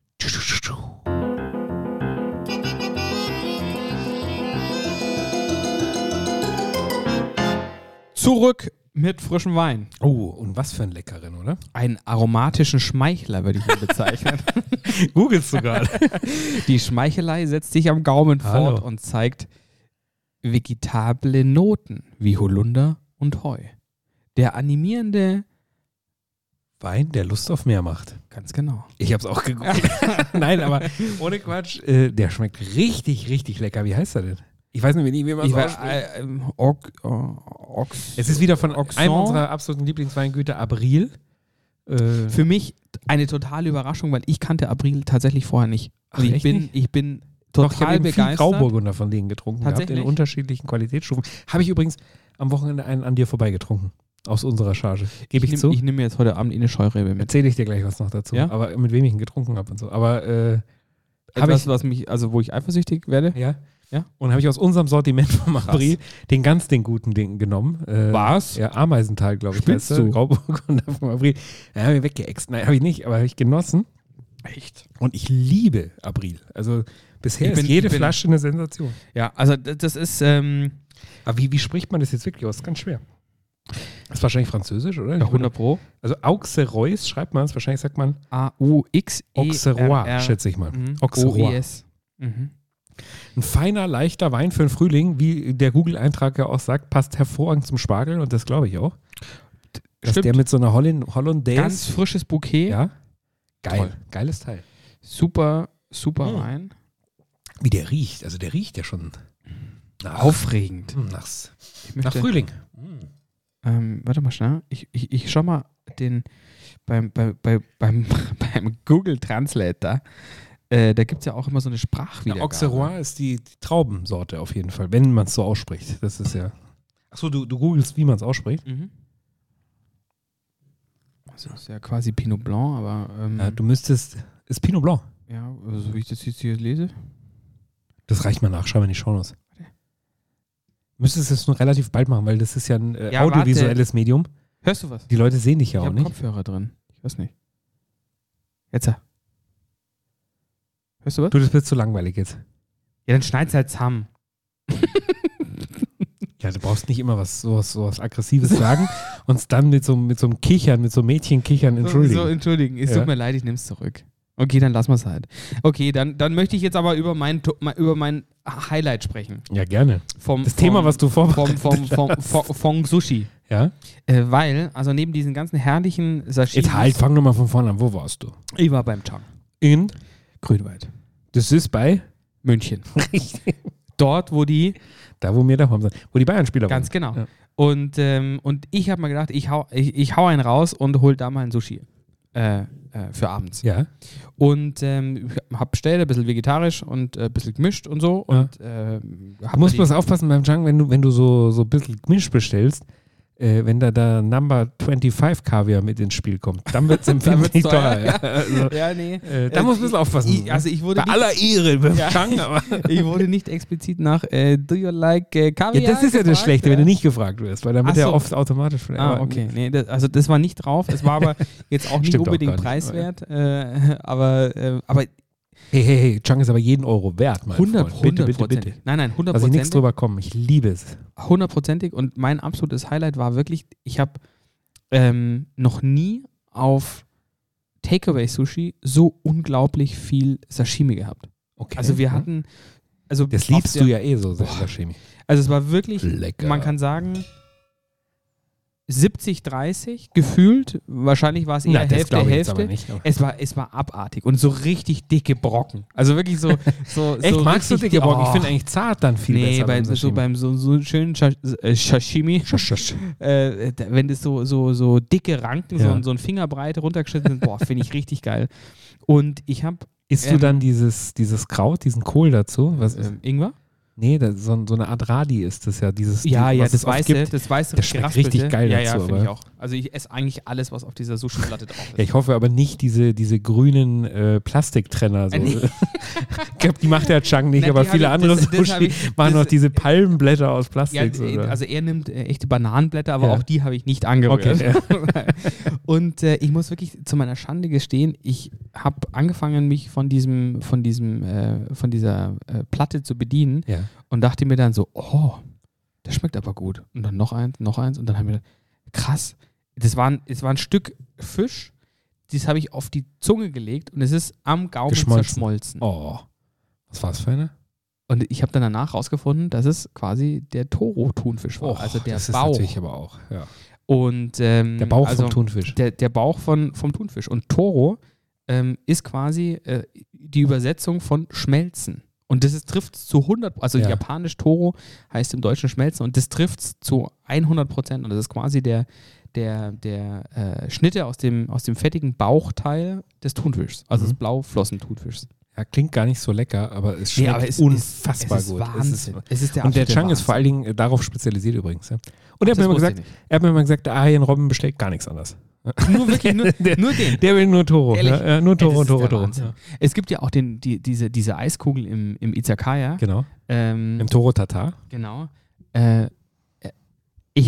Zurück mit frischem Wein. Oh, und was für ein Leckeren, oder? Einen aromatischen Schmeichler würde ich ihn bezeichnen. Googelst du gerade. Die Schmeichelei setzt sich am Gaumen fort und zeigt vegetable Noten wie Holunder und Heu. Der animierende Wein, der Lust auf mehr macht. Ganz genau. Ich hab's auch gegoogelt. Nein, aber ohne Quatsch, der schmeckt richtig, richtig lecker. Wie heißt er denn? Ich weiß nicht, wie man es ausspricht. Es ist wieder von einem unserer absoluten Lieblingsweingüter, Abril. Für mich eine totale Überraschung, weil ich kannte Abril tatsächlich vorher nicht. Und ich bin total begeistert. Ich habe viel Grauburgunder von denen getrunken gehabt, in unterschiedlichen Qualitätsstufen. Habe ich übrigens am Wochenende einen an dir vorbeigetrunchen. Aus unserer Charge. Gebe ich zu. Ich nehme jetzt heute Abend eine Scheurebe mit. Erzähle ich dir gleich was noch dazu. Ja? Aber mit wem ich ihn getrunken habe und so. Aber etwas, wo ich eifersüchtig werde? Ja. Und habe ich aus unserem Sortiment von Abril den guten Ding genommen. Was? Ja, Ameisental, glaube ich. Spinnst du? Grauburgunder von Abril. Ja, habe ich weggeext. Nein, habe ich nicht, aber habe ich genossen. Echt? Und ich liebe Abril. Also bisher ist jede Flasche eine Sensation. Ja, also das ist... aber wie spricht man das jetzt wirklich aus? Das ist ganz schwer. Das ist wahrscheinlich französisch, oder? Ja, 100 Pro. Also Auxerrois schreibt man es. Wahrscheinlich sagt man A-U-X-E-R-R. Auxerrois, schätze ich mal. Auxerrois. Ein feiner, leichter Wein für den Frühling, wie der Google-Eintrag ja auch sagt, passt hervorragend zum Spargel und das glaube ich auch. Dass der mit so einer Hollandaise... Ganz frisches Bouquet. Ja. Geil. Toll. Geiles Teil. Super Wein. Wie der riecht. Also der riecht ja schon... Aufregend. Nach Frühling. Warte mal schnell. Ich schau mal beim Google Translator. Da gibt es ja auch immer so eine Sprachwiedergabe. Auxerrois ist die Traubensorte auf jeden Fall, wenn man es so ausspricht. Das ist ja... Achso, du googelst, wie man es ausspricht? Mhm. Also ist ja quasi Pinot Blanc, aber... ja, du müsstest... Ist Pinot Blanc? Ja, so wie ich das jetzt hier lese. Das reicht mal nach, schreiben wir in die Shownotes. Müsstest es nur relativ bald machen, weil das ist ja ein audiovisuelles Medium. Hörst du was? Die Leute sehen dich ja auch nicht. Ich habe Kopfhörer drin. Ich weiß nicht. Jetzt. Hörst du was? Du, das wird zu langweilig jetzt. Ja, dann schneid's halt zusammen. Ja, du brauchst nicht immer sowas Aggressives sagen und dann mit so einem Kichern, mit so Mädchenkichern entschuldigen. Entschuldigen. Es tut mir leid, ich nehm's zurück. Okay, dann lassen wir es halt. Okay, dann möchte ich jetzt aber über mein Highlight sprechen. Ja, gerne. Das Thema, was du vorbereitet hast. Vom Sushi. Ja? Weil, also neben diesen ganzen herrlichen Sashimi... Jetzt halt, fang nochmal von vorne an. Wo warst du? Ich war beim Chang. In? Grünwald. Das ist bei? München. Dort, wo die... Da, wo wir daheim sind. Wo die Bayern-Spieler waren. Ganz genau. Ja. Und ich habe mir gedacht, ich hau einen raus und hol da mal ein Sushi. Für abends. Ja. Und hab bestellt, ein bisschen vegetarisch und ein bisschen gemischt und so. Ja. Und, du musst bloß aufpassen beim Chang, wenn du so ein bisschen gemischt bestellst, wenn da Number 25 Kaviar mit ins Spiel kommt, dann wird es empfindlich teuer. Ja. Also, ja, nee. Da muss ein bisschen aufpassen. Bei aller Ehre beim Chang, aber ich wurde nicht explizit nach Do you like Kaviar? Ja, das ist ja das Schlechte, wenn du nicht gefragt wirst, weil dann wird ja oft automatisch. Okay. Nee, das war nicht drauf. Es war aber jetzt auch nicht unbedingt preiswert. Aber Hey, Chang ist aber jeden Euro wert, mein Freund. Bitte. Nein, 100%. Also nichts drüber kommen, ich liebe es. 100%ig und mein absolutes Highlight war wirklich, ich habe noch nie auf Takeaway-Sushi so unglaublich viel Sashimi gehabt. Okay. Also wir hatten... Also das liebst du ja so, Sashimi. Also es war wirklich, lecker. Man kann sagen, 70-30 gefühlt. Wahrscheinlich war es eher Hälfte. Es war abartig und so richtig dicke Brocken. Also wirklich so. Echt, magst du dicke Brocken? Ich finde eigentlich zart dann viel besser. Beim so schönen Sashimi, wenn das so dicke Ranken, so ein Fingerbreite runtergeschnitten sind, finde ich richtig geil. Und ich habe. Isst du dann dieses Kraut, diesen Kohl dazu? Was ist? Ingwer? Nee, so eine Art Radi ist das ja. Das Weiße. Das schmeckt richtig geil dazu. Ja, finde ich auch. Also ich esse eigentlich alles, was auf dieser Sushi-Platte drauf ist. Ja, ich hoffe aber nicht diese grünen Plastiktrenner. So. Ich glaube, die macht der Chang nicht, aber viele andere Sushi machen noch diese Palmenblätter aus Plastik. Ja, also er nimmt echte Bananenblätter, aber auch die habe ich nicht angerührt. Okay, ja. Und ich muss wirklich zu meiner Schande gestehen, ich habe angefangen, mich von dieser Platte zu bedienen. Ja. Und dachte mir dann so, das schmeckt aber gut. Und dann noch eins. Und dann haben wir krass. Es war ein Stück Fisch, das habe ich auf die Zunge gelegt und es ist am Gaumen zerschmolzen. Oh, was war es für eine? Und ich habe dann danach rausgefunden, dass es quasi der Toro-Thunfisch war. Also der das Bauch. Das ist natürlich aber auch, ja. Und, der Bauch vom Thunfisch. Der Bauch vom Thunfisch. Und Toro ist quasi die Übersetzung von Schmelzen. Und das trifft zu 100%, also japanisch Toro heißt im Deutschen Schmelzen und das trifft zu 100%. Und das ist quasi der Schnitte aus dem fettigen Bauchteil des Thunfischs, also des Blauflossen-Thunfischs. Ja, klingt gar nicht so lecker, aber es schmeckt unfassbar gut. Wahnsinn. Und der Chang ist vor allen Dingen darauf spezialisiert übrigens. Ja. Und er hat mir immer gesagt, der Arjen Robben bestellt gar nichts anderes. Nur den. Der will nur Toro. Ja, nur Toro. Ja. Es gibt ja auch diese Eiskugel im Izakaya. Genau. Im Toro Tatar. Genau. Als ich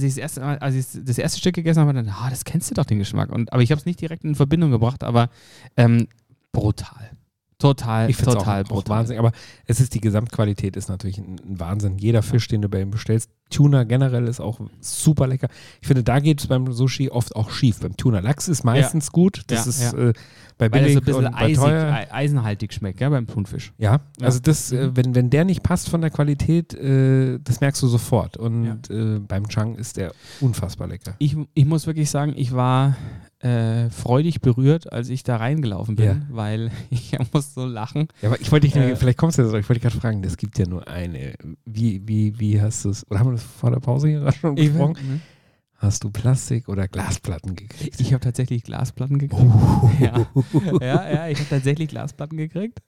das erste Stück gegessen habe, dann, das kennst du doch den Geschmack. Aber ich habe es nicht direkt in Verbindung gebracht, aber brutal. Total brutal. Wahnsinn. Aber es ist die Gesamtqualität ist natürlich ein Wahnsinn. Jeder Fisch, den du bei ihm bestellst, Tuna generell ist auch super lecker. Ich finde, da geht es beim Sushi oft auch schief. Beim Tuna Lachs ist meistens gut. Das ist bei billig so ein bisschen bei teuer. eisenhaltig schmeckt, ja, beim Thunfisch. Ja, also das, wenn der nicht passt von der Qualität, das merkst du sofort. Und beim Chang ist der unfassbar lecker. Ich muss wirklich sagen, ich war freudig berührt, als ich da reingelaufen bin, weil ich muss so lachen. Ja, aber ich wollte dich, vielleicht kommst du jetzt, ich wollte dich gerade fragen, es gibt ja nur eine. Wie hast du es, oder haben wir das vor der Pause hier schon gesprochen? Hast du Plastik- oder Glasplatten gekriegt? Ich habe tatsächlich Glasplatten gekriegt. Ja, ich habe tatsächlich Glasplatten gekriegt.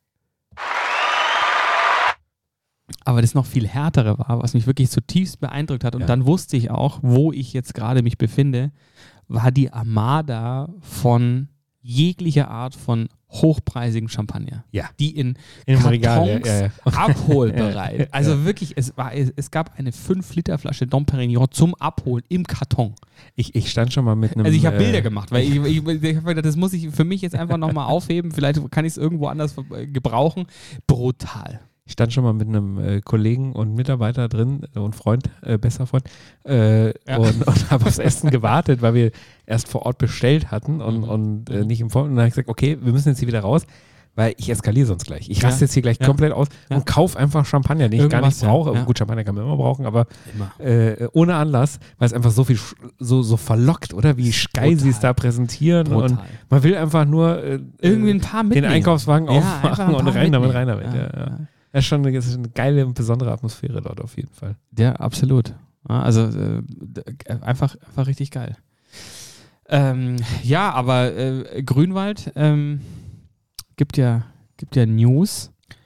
Aber das noch viel Härtere war, was mich wirklich zutiefst beeindruckt hat. Und dann wusste ich auch, wo ich jetzt gerade mich befinde, war die Armada von jeglicher Art von hochpreisigen Champagner. Ja. Die in Kartons Regal, abholbereit. Also wirklich, es gab eine 5-Liter-Flasche Dom Perignon zum Abholen im Karton. Ich stand schon mal mit einem... Also ich habe Bilder gemacht, weil ich habe gedacht, das muss ich für mich jetzt einfach nochmal aufheben. Vielleicht kann ich es irgendwo anders gebrauchen. Brutal. Ich stand schon mal mit einem Kollegen und Mitarbeiter drin und Freund, besser Freund, und habe aufs Essen gewartet, weil wir erst vor Ort bestellt hatten und nicht im Vorfeld. Und dann habe ich gesagt, okay, wir müssen jetzt hier wieder raus, weil ich eskaliere sonst gleich. Ich raste jetzt hier gleich komplett aus und kaufe einfach Champagner, den ich gar nicht brauche. Ja. Gut, Champagner kann man immer brauchen, aber ohne Anlass, weil es einfach so viel so verlockt, oder? Wie geil sie es da präsentieren. Brutal. Und man will einfach nur irgendwie ein paar mitnehmen. Den Einkaufswagen aufmachen und rein damit. Ja. Das ist eine geile und besondere Atmosphäre dort auf jeden Fall. Ja, absolut. Also einfach richtig geil. Aber Grünwald gibt ja News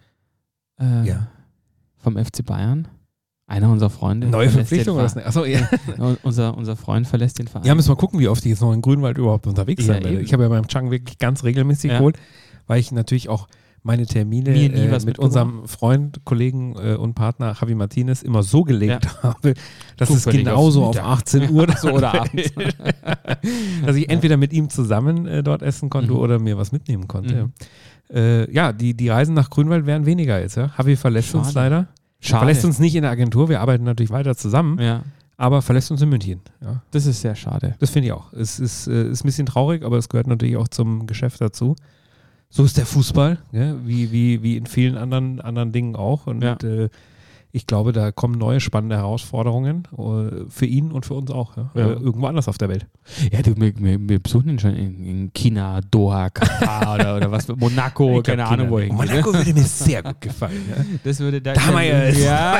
vom FC Bayern. Einer unserer Freunde. Neue Verpflichtung oder was? Achso, ja. Unser Freund verlässt den Verein. Ja, müssen wir mal gucken, wie oft ich jetzt noch in Grünwald überhaupt unterwegs sein werde. Ich habe ja beim Chang wirklich ganz regelmäßig geholt, weil ich natürlich auch meine Termine mit unserem Freund, Kollegen und Partner Javi Martinez immer so gelegt habe, dass es genauso auf 18 Uhr oder abends. dass ich entweder mit ihm zusammen dort essen konnte oder mir was mitnehmen konnte. Die Reisen nach Grünwald wären weniger jetzt. Ja? Javi verlässt uns leider. Verlässt uns nicht in der Agentur, wir arbeiten natürlich weiter zusammen, aber verlässt uns in München. Ja. Das ist sehr schade. Das finde ich auch. Es ist ein bisschen traurig, aber es gehört natürlich auch zum Geschäft dazu. So ist der Fußball, wie in vielen anderen Dingen auch. Und ich glaube, da kommen neue spannende Herausforderungen für ihn und für uns auch. Ja? Irgendwo anders auf der Welt. Ja, du, wir besuchen ihn schon in China, Doha, Katar oder was, Monaco, keine Ahnung wohin. Monaco würde mir sehr gut gefallen. Ja? Das würde da haben wir jetzt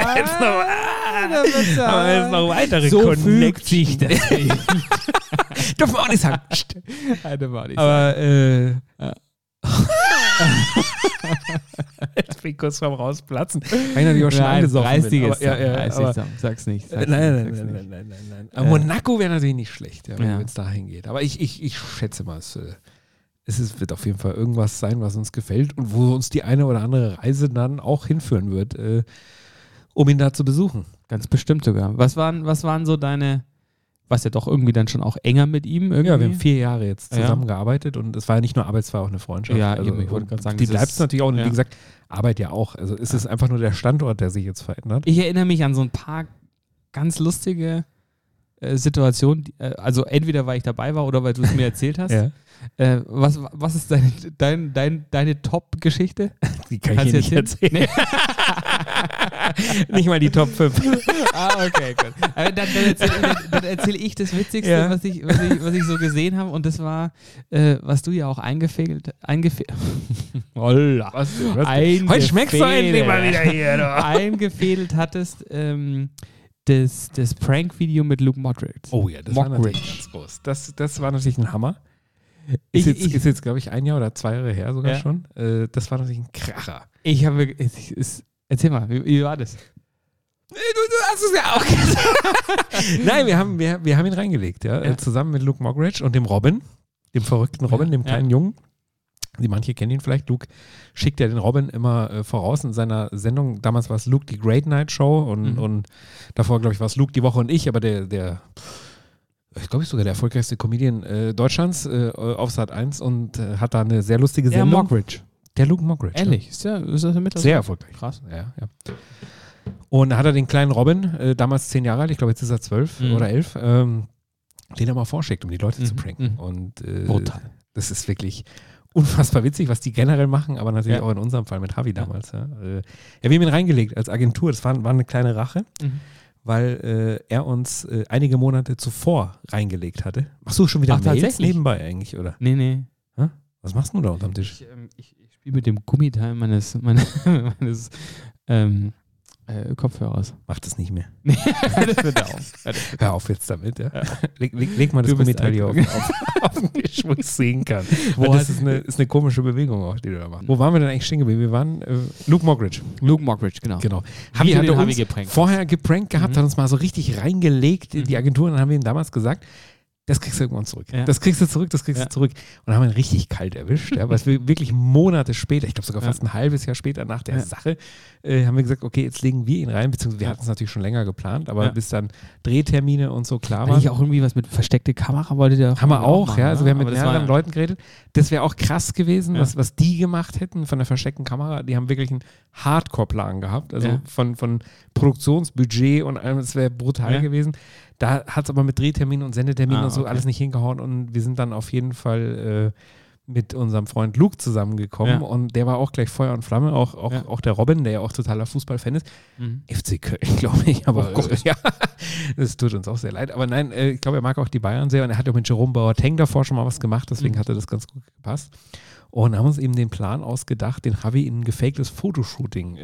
noch weitere so fügt sich das. Dürfen wir auch nicht sagen. Aber jetzt bin ich kurz vorm Rausplatzen. Kann ich natürlich auch schon angesoffen bin. Sag's nicht. Nein. Aber Monaco wäre natürlich nicht schlecht, wenn es dahin geht. Aber ich schätze mal, wird auf jeden Fall irgendwas sein, was uns gefällt und wo uns die eine oder andere Reise dann auch hinführen wird, um ihn da zu besuchen. Ganz bestimmt sogar. Was waren so deine... Was ja doch irgendwie dann schon auch enger mit ihm irgendwie. Ja, wir haben 4 Jahre jetzt zusammengearbeitet und es war ja nicht nur Arbeit, es war auch eine Freundschaft. Ja, also, ich wollte gerade sagen. Die bleibt es natürlich auch und wie gesagt, Arbeit ja auch. Also es ist einfach nur der Standort, der sich jetzt verändert. Ich erinnere mich an so ein paar ganz lustige Situationen, also entweder weil ich dabei war oder weil du es mir erzählt hast. Was ist deine Top-Geschichte? Die kann ich dir nicht erzählen. Nee. Nicht mal die Top 5. Okay, gut. Aber dann erzähle ich das Witzigste, was ich so gesehen habe. Und das war, was du ja auch eingefädelt. Heute schmeckst du endlich mal wieder hier. Doch. Eingefädelt hattest das Prank-Video mit Luke Mockridge. Oh ja, das war natürlich ganz groß. Das war natürlich ein Hammer. Ist jetzt, glaube ich, 1 Jahr oder 2 Jahre her sogar schon. Das war natürlich ein Kracher. Erzähl mal, wie war das? Du hast es ja auch gesagt. Nein, wir haben ihn reingelegt, zusammen mit Luke Mockridge und dem Robin, dem verrückten Robin, dem kleinen Jungen. Die manche kennen ihn vielleicht. Luke schickt ja den Robin immer voraus in seiner Sendung. Damals war es Luke die Great Night Show und davor, glaube ich, war es Luke die Woche und ich, aber der ich glaube, sogar der erfolgreichste Comedian Deutschlands auf Sat.1 und hat da eine sehr lustige Sendung. Mockridge. Der Luke Mockridge. Ehrlich? Ist das mittlerweile sehr erfolgreich. Krass. Ja. Und da hat er den kleinen Robin, damals 10 Jahre alt, ich glaube, jetzt ist er 12 oder 11, den er mal vorschickt, um die Leute zu pranken. Und brutal. Das ist wirklich unfassbar witzig, was die generell machen, aber natürlich auch in unserem Fall mit Javi damals. Ja. Wir haben ihn reingelegt als Agentur. Das war eine kleine Rache. Weil er uns einige Monate zuvor reingelegt hatte. Machst du schon wieder Mails nebenbei eigentlich, oder? Nee. Hä? Was machst du da unterm Tisch? Ich spiele mit dem Gummiteil meines Kopfhörers. Mach das nicht mehr. Das wird auf. Hör auf jetzt damit, ja. Leg mal das Gummiteil hier auf den Tisch, wo ich es sehen kann. Das ist eine komische Bewegung auch, die du da machst. Wo waren wir denn eigentlich stehen geblieben? Wir waren Luke Mockridge. Luke Mockridge, genau. Javi hat uns vorher geprankt gehabt, hat uns mal so richtig reingelegt in die Agentur und dann haben wir ihm damals gesagt, das kriegst du irgendwann zurück. Ja. Das kriegst du zurück. Und dann haben wir ihn richtig kalt erwischt, weil wir wirklich Monate später, ich glaube sogar fast ein halbes Jahr später nach der Sache, haben wir gesagt, okay, jetzt legen wir ihn rein, beziehungsweise wir hatten es natürlich schon länger geplant, aber bis dann Drehtermine und so klar waren. Eigentlich auch irgendwie was mit versteckte Kamera wolltet ihr haben wir auch, machen, also wir haben mit mehreren Leuten geredet. Das wäre auch krass gewesen, was die gemacht hätten von der versteckten Kamera. Die haben wirklich einen Hardcore-Plan gehabt, also von Produktionsbudget und allem, das wäre brutal gewesen. Da hat es aber mit Drehterminen und Sendeterminen und so alles nicht hingehauen und wir sind dann auf jeden Fall mit unserem Freund Luke zusammengekommen und der war auch gleich Feuer und Flamme, auch der Robin, der ja auch totaler Fußballfan ist. FC Köln, glaube ich, aber das tut uns auch sehr leid. Aber nein, ich glaube, er mag auch die Bayern sehr und er hat auch mit Jerome Boateng davor schon mal was gemacht, deswegen hatte das ganz gut gepasst. Und haben uns eben den Plan ausgedacht, den Javi in ein gefaktes Fotoshooting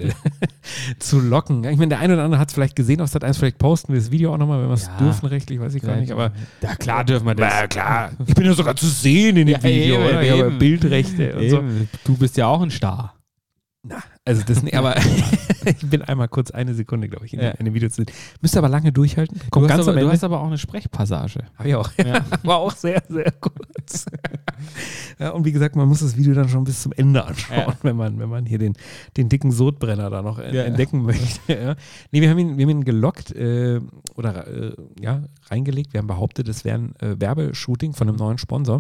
zu locken. Ich meine, der eine oder andere hat es vielleicht gesehen auf Sat.1, vielleicht posten wir das Video auch nochmal, wenn wir es dürfen rechtlich, weiß ich gar nicht. Aber ja, klar dürfen wir das. Ja, klar. Ich bin ja sogar zu sehen in dem Video. Oder? Ich habe Bildrechte und so. Du bist ja auch ein Star. Na, also das nicht, aber ich bin einmal kurz 1 Sekunde, glaube ich, in dem Video zu sehen. Müsst aber lange durchhalten. Kommt ganz am Ende. Du hast aber auch eine Sprechpassage. Habe ich auch. Ja. War auch sehr, sehr kurz. Und wie gesagt, man muss das Video dann schon bis zum Ende anschauen, wenn man hier den dicken Sodbrenner da noch entdecken möchte. Nee, wir haben ihn gelockt reingelegt. Wir haben behauptet, es wäre ein Werbeshooting von einem neuen Sponsor.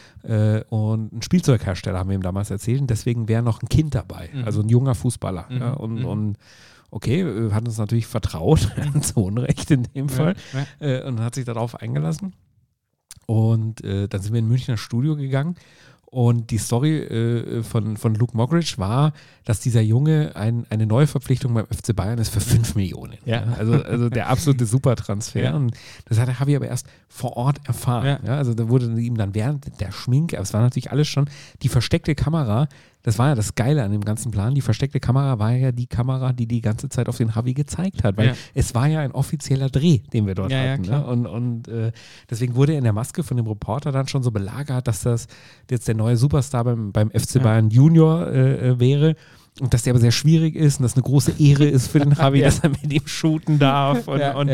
Und ein Spielzeughersteller haben wir ihm damals erzählt und deswegen wäre noch ein Kind dabei, also ein junger Fußballer. Und okay, hat uns natürlich vertraut, zu Unrecht in dem Fall, und hat sich darauf eingelassen. Und dann sind wir in ein Münchner Studio gegangen Und die Story von Luke Mockridge war, dass dieser Junge eine neue Verpflichtung beim FC Bayern ist für 5 Millionen. Ja. Also der absolute Supertransfer. Ja. Und das hat Javi aber erst vor Ort erfahren. Ja. Also da wurde ihm dann während der Schminke, aber es war natürlich alles schon die versteckte Kamera. Das war ja das Geile an dem ganzen Plan. Die versteckte Kamera war ja die Kamera, die ganze Zeit auf den Javi gezeigt hat, weil es war ja ein offizieller Dreh, den wir dort hatten. Ja, ne? Und deswegen wurde er in der Maske von dem Reporter dann schon so belagert, dass das jetzt der neue Superstar beim FC Bayern Junior wäre. Und dass der aber sehr schwierig ist und dass eine große Ehre ist für den Javi, dass er mit ihm shooten darf.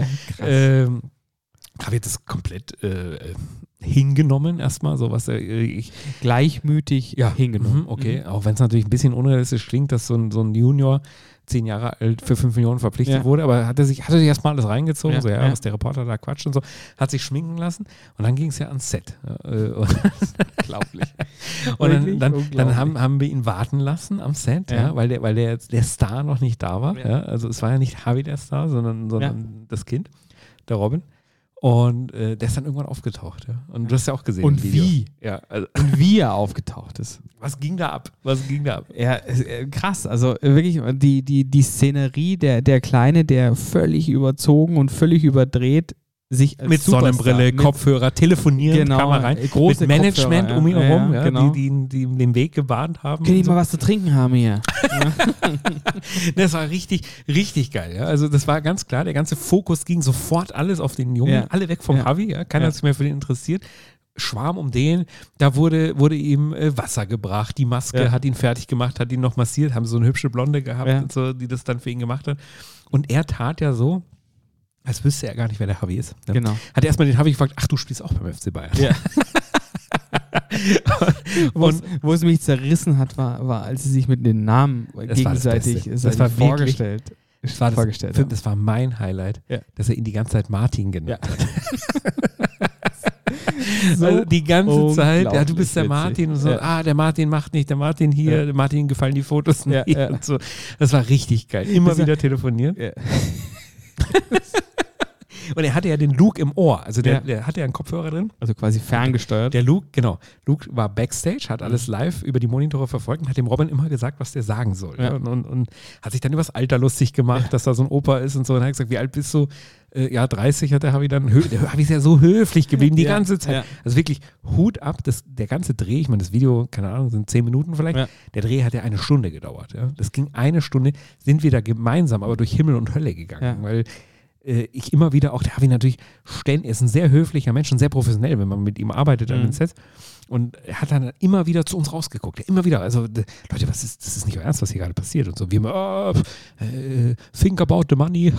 Javi hat das komplett hingenommen erstmal, so was gleichmütig hingenommen. Okay, auch wenn es natürlich ein bisschen unrealistisch klingt, dass so ein Junior 10 Jahre alt für 5 Millionen verpflichtet wurde, aber hat er sich erstmal alles reingezogen, was der Reporter da quatscht und so, hat sich schminken lassen und dann ging es ja ans Set. Unglaublich. Und dann haben wir ihn warten lassen am Set, weil der Star noch nicht da war. Ja. Also es war ja nicht Javi der Star, sondern das Kind, der Robin. Und der ist dann irgendwann aufgetaucht. Ja? Und du hast ja auch gesehen. Und wie? Ja, und wie er aufgetaucht ist. Was ging da ab? Ja, krass. Also wirklich die Szenerie, der Kleine, der völlig überzogen und völlig überdreht sich als mit Superstar, Sonnenbrille, Kopfhörer, telefonieren, Kamera rein, große mit Management um ihn herum, genau. die den Weg gebahnt haben. Können die mal was zu trinken haben hier? Das war richtig, richtig geil. Ja? Also das war ganz klar, der ganze Fokus ging sofort alles auf den Jungen, alle weg vom Javi, keiner hat sich mehr für den interessiert. Schwarm um den, da wurde ihm Wasser gebracht, die Maske hat ihn fertig gemacht, hat ihn noch massiert, haben so eine hübsche Blonde gehabt, und so, die das dann für ihn gemacht hat. Und er tat ja so, als wüsste er gar nicht, wer der Javi ist. Ne? Genau. Hat er erstmal den Javi gefragt, ach, du spielst auch beim FC Bayern. Ja. Wo es mich zerrissen hat, war, als sie sich mit den Namen gegenseitig vorgestellt haben. Das war mein Highlight, dass er ihn die ganze Zeit Martin genannt hat. Also die ganze Zeit, du bist der Martin und so, der Martin macht nicht, der Martin hier, der Martin gefallen die Fotos nicht und so. Das war richtig geil. Immer wieder telefoniert. Ja. Und er hatte ja den Luke im Ohr, also der hatte ja einen Kopfhörer drin. Also quasi ferngesteuert. Der Luke, genau. Luke war Backstage, hat alles live über die Monitore verfolgt und hat dem Robin immer gesagt, was der sagen soll. Ja. Und hat sich dann über das Alter lustig gemacht, dass da so ein Opa ist und so. Und hat gesagt, wie alt bist du? 30 hat der Javi dann. Der Javi ist ja so höflich geblieben die ganze Zeit. Ja. Also wirklich Hut ab, der ganze Dreh, ich meine, das Video, keine Ahnung, sind 10 Minuten vielleicht. Ja. Der Dreh hat ja 1 Stunde gedauert. Ja. Das ging 1 Stunde, sind wir da gemeinsam, aber durch Himmel und Hölle gegangen, weil ich immer wieder auch, der Javi natürlich ständig, er ist ein sehr höflicher Mensch und sehr professionell, wenn man mit ihm arbeitet an den Sets. Und er hat dann immer wieder zu uns rausgeguckt. Immer wieder. Also, Leute, das ist nicht euer Ernst, was hier gerade passiert. Und so, wir immer, think about the money.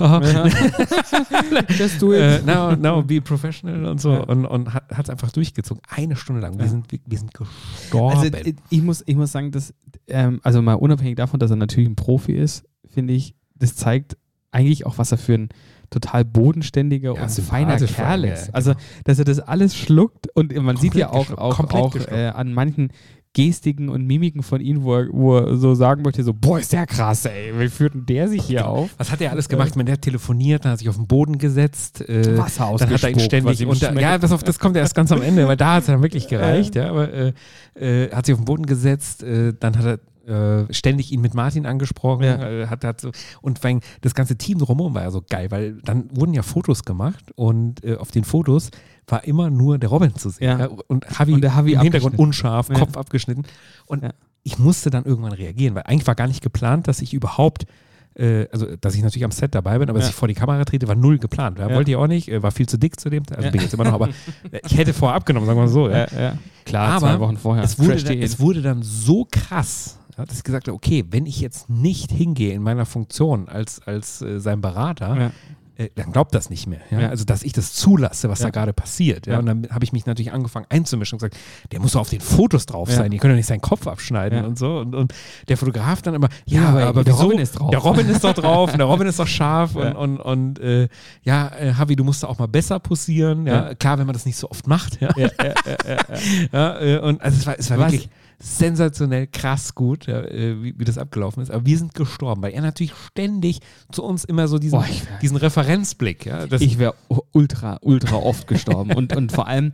Just do it. Now be professional und so. Ja. Und hat es einfach durchgezogen. 1 Stunde lang. Wir sind gestorben. Also, ich muss sagen, dass, also mal unabhängig davon, dass er natürlich ein Profi ist, finde ich, das zeigt eigentlich auch, was er für ein total bodenständiger und feiner Kerl ist. Also, dass er das alles schluckt und man sieht ja auch an manchen Gestiken und Mimiken von ihm, wo er so sagen möchte, so, boah, ist der krass, ey, wie führt denn der sich hier auf? Was hat er alles gemacht? Wenn der telefoniert, dann hat er sich auf den Boden gesetzt. Wasser ausgespuckt. Dann hat er ihn ständig das kommt erst ganz am Ende, weil da hat es dann wirklich gereicht. Aber hat sich auf den Boden gesetzt, dann hat er ständig ihn mit Martin angesprochen, hat so, und das ganze Team drumherum war ja so geil, weil dann wurden ja Fotos gemacht und auf den Fotos war immer nur der Robin zu sehen. Ja. Und Javi im Hintergrund unscharf, Kopf abgeschnitten. Und ich musste dann irgendwann reagieren, weil eigentlich war gar nicht geplant, dass ich überhaupt, dass ich natürlich am Set dabei bin, aber dass ich vor die Kamera trete, war 0 geplant. Wollte ich auch nicht, war viel zu dick zu dem, also bin ich jetzt immer noch, aber ich hätte vorher abgenommen, sagen wir mal so. Klar, aber 2 Wochen vorher. Es wurde dann so krass, dass ich gesagt habe, okay, wenn ich jetzt nicht hingehe in meiner Funktion als sein Berater, dann glaubt das nicht mehr. Ja? Also, dass ich das zulasse, was da gerade passiert. Ja? Und dann habe ich mich natürlich angefangen einzumischen und gesagt, der muss doch auf den Fotos drauf sein, die können doch nicht seinen Kopf abschneiden und so. Und der Fotograf dann immer, aber der Robin ist drauf. Der Robin ist doch drauf und der Robin ist doch scharf und Javi, du musst da auch mal besser posieren. Ja? Klar, wenn man das nicht so oft macht. Ja? Und also es war wirklich sensationell krass gut, wie das abgelaufen ist. Aber wir sind gestorben, weil er natürlich ständig zu uns immer so diesen Referenzblick. Ja, ich wäre ultra oft gestorben. und vor allem,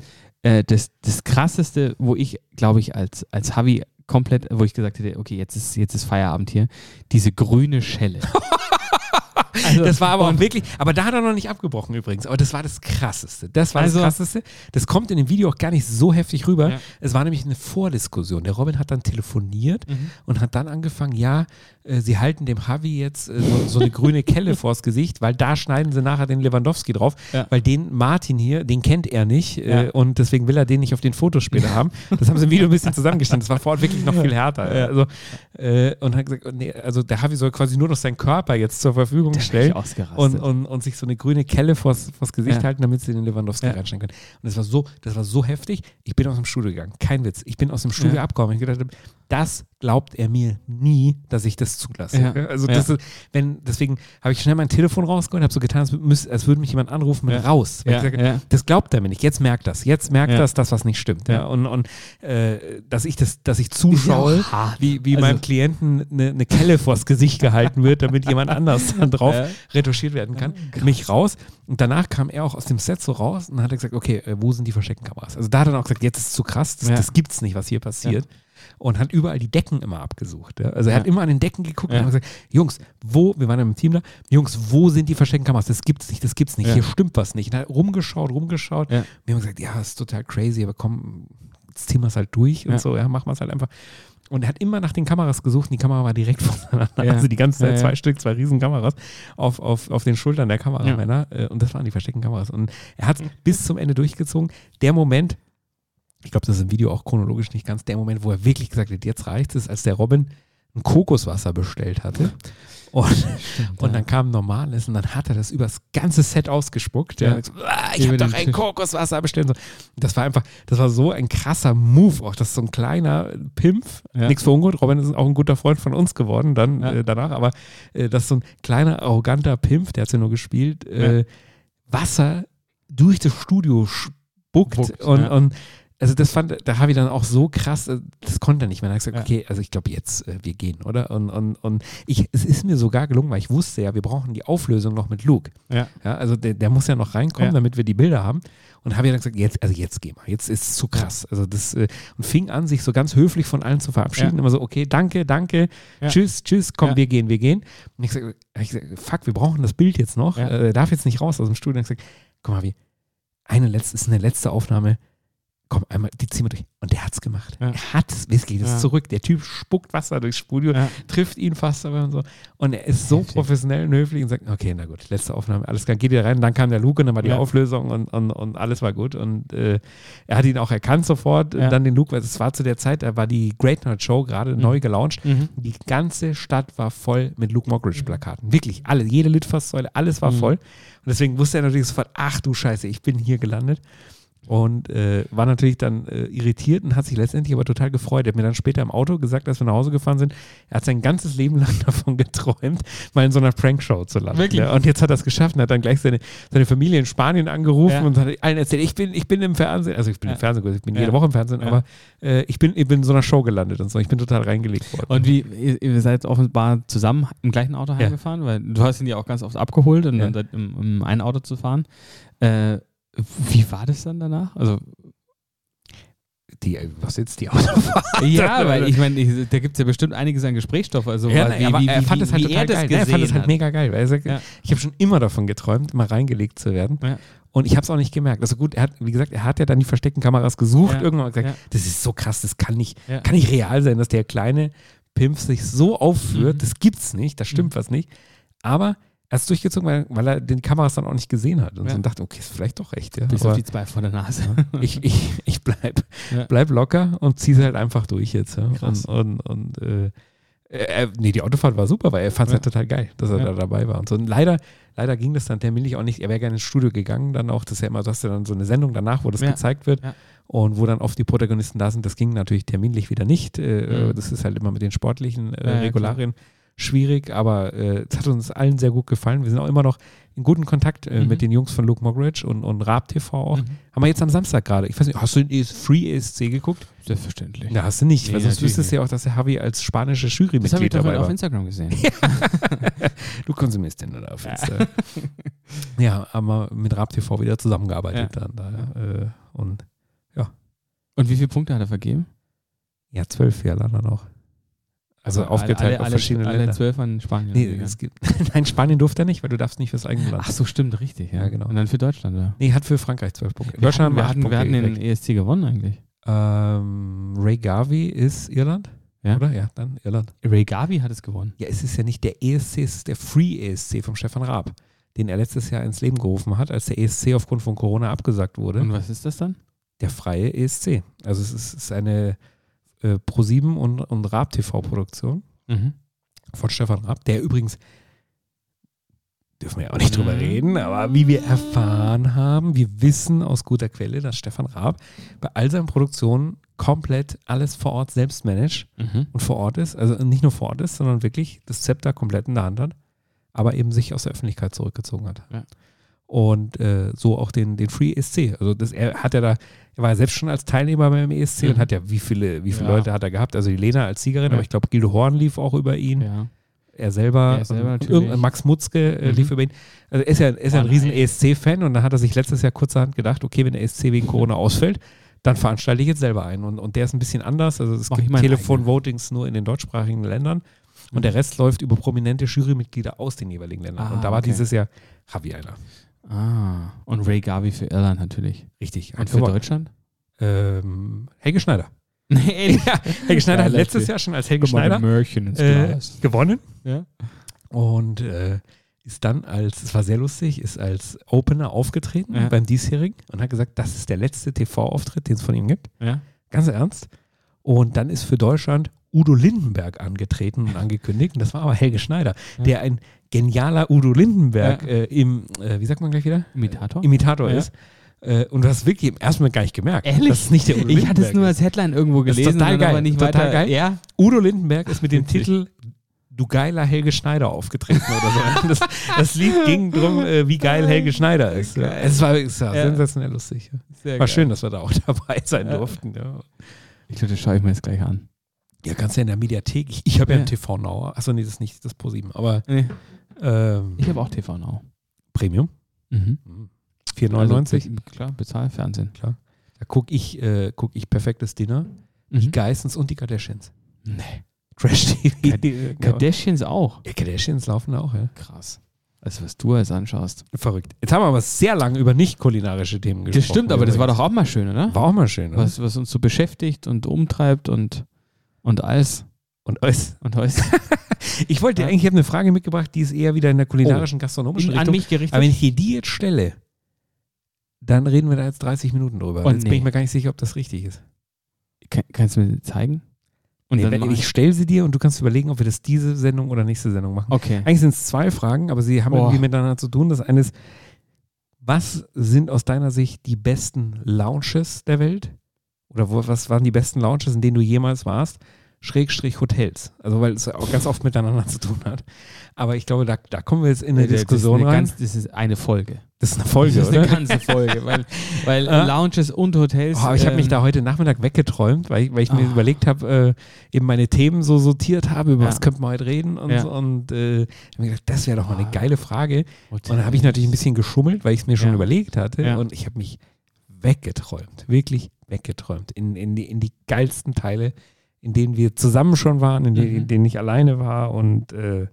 das Krasseste, wo ich, glaube ich, als Havi komplett, wo ich gesagt hätte, okay, jetzt ist Feierabend hier, diese grüne Schelle. Also, das war aber auch wirklich, aber da hat er noch nicht abgebrochen übrigens, aber das war das Krasseste. Das Krasseste. Das kommt in dem Video auch gar nicht so heftig rüber. Ja. Es war nämlich eine Vordiskussion. Der Robin hat dann telefoniert und hat dann angefangen, sie halten dem Javi jetzt so eine grüne Kelle vors Gesicht, weil da schneiden sie nachher den Lewandowski drauf, weil den Martin hier, den kennt er nicht und deswegen will er den nicht auf den Fotos später haben. Das haben sie im Video ein bisschen zusammengestellt. Das war vor Ort wirklich noch viel härter. Ja. Also, und hat gesagt, nee, also der Javi soll quasi nur noch seinen Körper jetzt zur Verfügung stellen und sich so eine grüne Kelle vors Gesicht halten, damit sie den Lewandowski reinstellen können. Und das war so heftig. Ich bin aus dem Studio gegangen. Kein Witz. Ich bin aus dem Studio abgekommen. Ich gedacht, das glaubt er mir nie, dass ich das zulasse. Ja. Also deswegen habe ich schnell mein Telefon rausgeholt und habe so getan, als würde mich jemand anrufen mit raus. Weil ich sage, das glaubt er mir nicht. Jetzt merkt das. Jetzt merkt das was nicht stimmt. Ja. Und dass ich zuschaue, wie meinem Klienten eine Kelle vors Gesicht gehalten wird, damit jemand anders dann drauf retuschiert werden kann. Mich raus. Und danach kam er auch aus dem Set so raus und hat gesagt, okay, wo sind die versteckten Kameras? Also da hat er auch gesagt, jetzt ist es zu krass, das gibt's nicht, was hier passiert. Und hat überall die Decken immer abgesucht. Ja? Also er hat immer an den Decken geguckt und hat gesagt, Jungs, wir waren ja im Team da, Jungs, wo sind die versteckten Kameras? Das gibt's nicht, hier stimmt was nicht. Und er hat rumgeschaut. Wir haben gesagt, das ist total crazy, aber komm, jetzt ziehen wir es halt durch und so, machen wir es halt einfach. Und er hat immer nach den Kameras gesucht und die Kamera war direkt voneinander. Also die ganze Zeit zwei Riesenkameras auf den Schultern der Kameramänner. Und das waren die versteckten Kameras. Und er hat bis zum Ende durchgezogen. Der Moment, ich glaube, das ist im Video auch chronologisch nicht ganz, der Moment, wo er wirklich gesagt hat, jetzt reicht es, als der Robin ein Kokoswasser bestellt hatte. Und dann kam normales und dann hat er das über das ganze Set ausgespuckt. Ja. So, ich habe doch ein Kokoswasser bestellt. Das war so ein krasser Move auch. Das ist so ein kleiner Pimpf, nichts für ungut. Robin ist auch ein guter Freund von uns geworden danach, aber das ist so ein kleiner, arroganter Pimpf, der hat ja nur gespielt, Wasser durch das Studio spuckt und also das fand der Javi dann auch so krass, das konnte er nicht mehr. Er hat gesagt, okay, also ich glaube jetzt, wir gehen, oder? Und es ist mir sogar gelungen, weil ich wusste ja, wir brauchen die Auflösung noch mit Luke. Ja, also der muss ja noch reinkommen, damit wir die Bilder haben. Und Javi hat dann gesagt, jetzt gehen wir, jetzt ist es zu krass. Also das, und fing an, sich so ganz höflich von allen zu verabschieden. Immer so, okay, danke, tschüss, komm, wir gehen. Und ich sage, fuck, wir brauchen das Bild jetzt noch. Darf jetzt nicht raus aus dem Studio. Und ich sage, guck mal, eine letzte Aufnahme. Komm, einmal, die ziehen wir durch. Und der hat's gemacht. Er hat es wirklich, das ist zurück. Der Typ spuckt Wasser durchs Studio, trifft ihn fast aber und so. Und er ist so professionell und höflich und sagt, okay, na gut, letzte Aufnahme, alles klar, geht wieder rein. Und dann kam der Luke und dann war die Auflösung und alles war gut. Und er hat ihn auch erkannt sofort. Dann den Luke, weil es war zu der Zeit, da war die Great Night Show gerade neu gelauncht. Die ganze Stadt war voll mit Luke Mockridge-Plakaten. Wirklich, alle, jede Litfaßsäule, alles war voll. Und deswegen wusste er natürlich sofort, ach du Scheiße, ich bin hier gelandet. Und war natürlich dann irritiert und hat sich letztendlich aber total gefreut. Er hat mir dann später im Auto gesagt, als wir nach Hause gefahren sind, er hat sein ganzes Leben lang davon geträumt, mal in so einer Prankshow zu landen. Wirklich? Ja. Und jetzt hat er es geschafft und hat dann gleich seine Familie in Spanien angerufen und hat allen erzählt, ich bin im Fernsehen, also ich bin im Fernsehen, ich bin jede Woche im Fernsehen, aber ich bin in so einer Show gelandet und so. Ich bin total reingelegt worden. Und ihr seid offenbar zusammen im gleichen Auto heimgefahren, weil du hast ihn ja auch ganz oft abgeholt und dann im ein Auto zu fahren. Wie war das dann danach? Also was jetzt die Autofahrt? Ja, weil ich meine, da gibt es ja bestimmt einiges an Gesprächsstoff. Also er fand es halt total geil. Er fand es halt mega geil, weil er sagt, ich habe schon immer davon geträumt, mal reingelegt zu werden. Ja. Und ich habe es auch nicht gemerkt. Also gut, er hat ja dann die versteckten Kameras gesucht. Irgendwann gesagt, das ist so krass, das kann nicht real sein, dass der kleine Pimp sich so aufführt. Das gibt's nicht, da stimmt was nicht. Aber er ist durchgezogen, weil er den Kameras dann auch nicht gesehen hat und so dachte, okay, ist vielleicht doch recht. Ja. Bis auf die zwei vor der Nase. Ich bleib locker und ziehe es halt einfach durch jetzt. Ja. Die Autofahrt war super, weil er fand es halt total geil, dass er da dabei war. Und so. Und leider ging das dann terminlich auch nicht. Er wäre gerne ins Studio gegangen, dann auch. Das ist ja immer, du hast ja dann so eine Sendung danach, wo das gezeigt wird und wo dann oft die Protagonisten da sind. Das ging natürlich terminlich wieder nicht. Das ist halt immer mit den sportlichen Regularien schwierig, aber es hat uns allen sehr gut gefallen. Wir sind auch immer noch in guten Kontakt mit den Jungs von Luke Mockridge und Raab TV auch. Haben wir jetzt am Samstag gerade. Ich weiß nicht, hast du den Free ESC geguckt? Selbstverständlich. Ja, hast du nicht, weil sonst wüsstest du ja auch, dass der Javi als spanische Jurymitglied dabei war. Das habe ich auf Instagram gesehen. Du konsumierst den oder auf Insta. Ja, haben wir mit Raab TV wieder zusammengearbeitet dann. Und Und wie viele Punkte hat er vergeben? Ja, 12 für Irland dann auch. Also aufgeteilt auf verschiedene Länder. Alle 12 an Spanien. Nee, nein, Spanien durfte er nicht, weil du darfst nicht fürs eigene Land. Ach so, stimmt, richtig. Ja, genau. Und dann für Deutschland, oder? Nee, hat für Frankreich 12 Punkte. Wir hatten den ESC gewonnen eigentlich. Ray Garvey ist Irland, oder? Ja, dann Irland. Ray Garvey hat es gewonnen. Ja, es ist ja nicht der ESC, es ist der Free ESC vom Stefan Raab, den er letztes Jahr ins Leben gerufen hat, als der ESC aufgrund von Corona abgesagt wurde. Und was ist das dann? Der freie ESC. Also es ist eine Pro7 und Raab TV-Produktion von Stefan Raab, der übrigens, dürfen wir ja auch nicht drüber reden, aber wie wir erfahren haben, wir wissen aus guter Quelle, dass Stefan Raab bei all seinen Produktionen komplett alles vor Ort selbst managt und vor Ort ist, also nicht nur vor Ort ist, sondern wirklich das Zepter komplett in der Hand hat, aber eben sich aus der Öffentlichkeit zurückgezogen hat. Ja. Und so auch den Free ESC. Also er war ja selbst schon als Teilnehmer beim ESC und hat ja, wie viele Leute hat er gehabt? Also die Lena als Siegerin, aber ich glaube, Gildo Horn lief auch über ihn. Ja. Er selber Max Mutzke lief über ihn. Also er ist ja ein riesen ESC-Fan und dann hat er sich letztes Jahr kurzerhand gedacht, okay, wenn der ESC wegen Corona ausfällt, dann veranstalte ich jetzt selber einen. Und der ist ein bisschen anders. Also es gibt Telefon-Votings nur in den deutschsprachigen Ländern und der Rest läuft über prominente Jurymitglieder aus den jeweiligen Ländern. Und da war dieses Jahr Javi einer. Und Ray Garvey für Irland natürlich. Richtig. Und für Deutschland? Helge Schneider. Helge Schneider hat letztes Jahr schon als Helge Schneider gewonnen. Ja. Und ist dann es war sehr lustig, ist als Opener aufgetreten beim diesjährigen und hat gesagt, das ist der letzte TV-Auftritt, den es von ihm gibt. Ja. Ganz ernst. Und dann ist für Deutschland Udo Lindenberg angetreten und angekündigt. Und das war aber Helge Schneider, der ein genialer Udo Lindenberg wie sagt man gleich wieder? Imitator ist. Und du hast wirklich im ersten Mal gar nicht gemerkt. Ehrlich? Das ist nicht der Udo Lindenberg. Ich hatte es nur als Headline irgendwo gelesen. Das ist total geil. Aber nicht total weiter. Geil. Ja? Udo Lindenberg ist mit dem Titel Du geiler Helge Schneider aufgetreten oder so. Das Lied ging drum, wie geil Helge Schneider ist. Ja. Es war sensationell lustig. War geil. Schön, dass wir da auch dabei sein durften. Ja. Ich glaube, das schaue ich mir jetzt gleich an. Ja, kannst du ja in der Mediathek. Ich habe ja einen TV Now. Achso, nee, das ist nicht das Pro7. Aber ich habe auch TV Now. Premium? 4,99? Also, klar, Bezahlfernsehen. Klar. Da gucke ich Perfektes Dinner, die Geissens und die Kardashians. Nee. Trash-TV. Kardashians auch? Ja, Kardashians laufen auch, ja. Krass. Also was du alles anschaust. Verrückt. Jetzt haben wir aber sehr lange über nicht kulinarische Themen gesprochen. Das stimmt, aber das war doch auch mal schön, oder? War auch mal schön, oder? Was uns so beschäftigt und umtreibt und alles. Und alles. Ich wollte eigentlich, ich habe eine Frage mitgebracht, die ist eher wieder in der kulinarischen, gastronomischen Richtung. An mich gerichtet. Aber wenn ich dir die jetzt stelle, dann reden wir da jetzt 30 Minuten drüber. Jetzt bin ich mir gar nicht sicher, ob das richtig ist. Kannst du mir zeigen? Und ich stelle sie dir und du kannst überlegen, ob wir das diese Sendung oder nächste Sendung machen. Okay. Eigentlich sind es 2 Fragen, aber sie haben irgendwie miteinander zu tun. Das eine ist, was sind aus deiner Sicht die besten Lounges der Welt? Oder was waren die besten Lounges, in denen du jemals warst? / Hotels. Also weil es auch ganz oft miteinander zu tun hat. Aber ich glaube, da kommen wir jetzt in eine Diskussion rein. Das ist eine Folge. Das ist eine Folge, oder? Das ist eine ganze Folge, weil Lounges und Hotels... aber ich habe mich da heute Nachmittag weggeträumt, weil ich mir überlegt habe, eben meine Themen so sortiert habe, über was könnte man heute reden und habe mir gedacht, das wäre doch mal eine geile Frage. Hotels. Und dann habe ich natürlich ein bisschen geschummelt, weil ich es mir schon überlegt hatte und ich habe mich weggeträumt, wirklich weggeträumt in die geilsten Teile, in denen wir zusammen schon waren, in denen ich alleine war und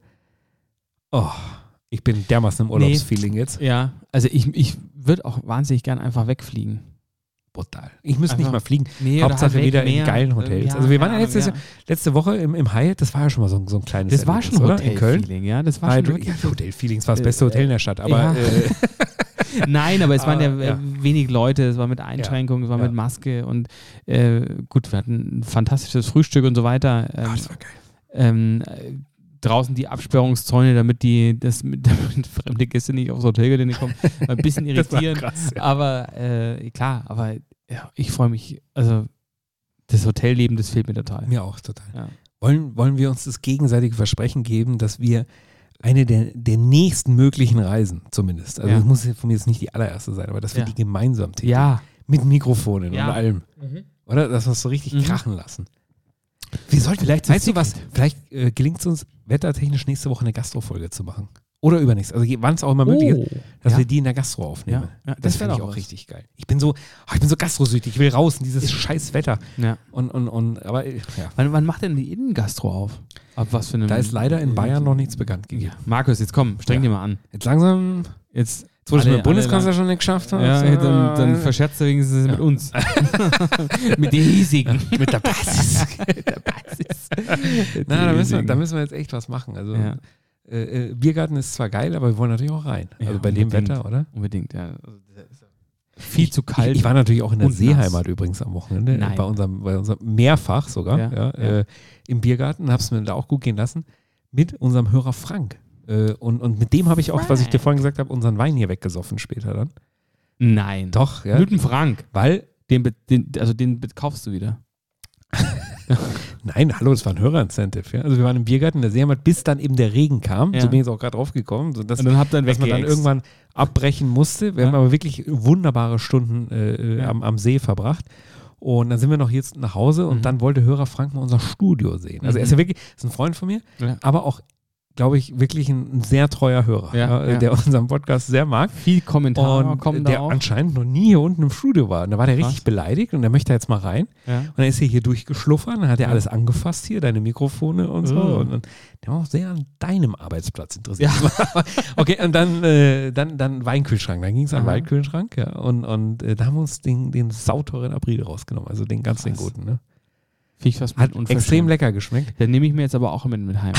ich bin dermaßen im Urlaubsfeeling jetzt. Ja, also ich würde auch wahnsinnig gern einfach wegfliegen. Brutal. Ich müsste nicht mal fliegen. Hauptsache halt wieder in geilen Hotels. Ja, also wir waren ja letzte Woche im Hyatt, das war ja schon mal so ein kleines Das war schon Hotel-Feeling, ja. Das war schon Hotel-Feeling, das war das beste Hotel in der Stadt, aber nein, aber es waren ja wenig Leute, es war mit Einschränkungen, es war mit Maske und gut, wir hatten ein fantastisches Frühstück und so weiter. Das war geil. Draußen die Absperrungszäune, damit fremde Gäste nicht aufs Hotel gehen kommen, war ein bisschen irritierend. Krass, ja. Aber klar, ich freue mich, also das Hotelleben, das fehlt mir total. Mir auch total. Ja. Wollen wir uns das gegenseitige Versprechen geben, dass wir eine der nächsten möglichen Reisen zumindest, also das muss von mir jetzt nicht die allererste sein, aber dass wir die gemeinsam tätigen. Ja. Mit Mikrofonen und allem. Oder? Dass wir es so richtig krachen lassen. Wir sollten, weißt du was, vielleicht gelingt es uns wettertechnisch nächste Woche eine Gastrofolge zu machen. Oder übernächst. Also wann es auch immer möglich ist, dass wir die in der Gastro aufnehmen. Ja, das finde ich auch richtig geil. Ich bin so gastrosüchtig. Ich will raus in dieses scheiß Wetter. Ja. Aber Wann macht denn die Innengastro auf? Ab was für einem da ist leider in Bayern noch nichts bekannt gegeben. Ja. Markus, jetzt komm, streng dir mal an. Jetzt langsam... Jetzt wo es mit dem Bundeskanzler schon nicht geschafft hat. Ja, dann verscherzt er wenigstens mit uns. Mit den hiesigen. Mit der Basis. Da müssen wir jetzt echt was machen. Also Biergarten ist zwar geil, aber wir wollen natürlich auch rein. Also bei dem Wetter, oder? Unbedingt, ja. Viel zu kalt. Ich war natürlich auch in der Seeheimat übrigens am Wochenende. Nein. Bei unserem mehrfach sogar. Im Biergarten. Habe es mir da auch gut gehen lassen. Mit unserem Hörer Frank. Und mit dem habe ich auch, was ich dir vorhin gesagt habe, unseren Wein hier weggesoffen später dann. Nein. Doch, ja. Mit dem Frank. Weil den kaufst du wieder. Nein, hallo, das war ein Hörerincentive. Ja? Also wir waren im Biergarten in der Seeheimat, bis dann eben der Regen kam. So bin ich jetzt auch gerade drauf gekommen. Und dann dass man dann irgendwann abbrechen musste. Wir haben aber wirklich wunderbare Stunden am See verbracht. Und dann sind wir noch jetzt nach Hause und dann wollte Hörer Frank mal unser Studio sehen. Also er ist ja wirklich, ist ein Freund von mir, aber auch, glaube ich, wirklich ein sehr treuer Hörer, der unseren Podcast sehr mag. Viel Kommentare kommen da der auch. Anscheinend noch nie hier unten im Studio war. Und da war der richtig beleidigt und der möchte jetzt mal rein. Ja. Und dann ist er hier durchgeschluffert, dann hat er alles angefasst hier, deine Mikrofone und so. Und der war auch sehr an deinem Arbeitsplatz interessiert. Ja. Okay, und dann Weinkühlschrank. Dann ging es an den Weinkühlschrank. Ja. Und da haben wir uns den sauteuren April rausgenommen. Also den ganz den guten, ne? Hat extrem lecker geschmeckt. Dann nehme ich mir jetzt aber auch mit heim.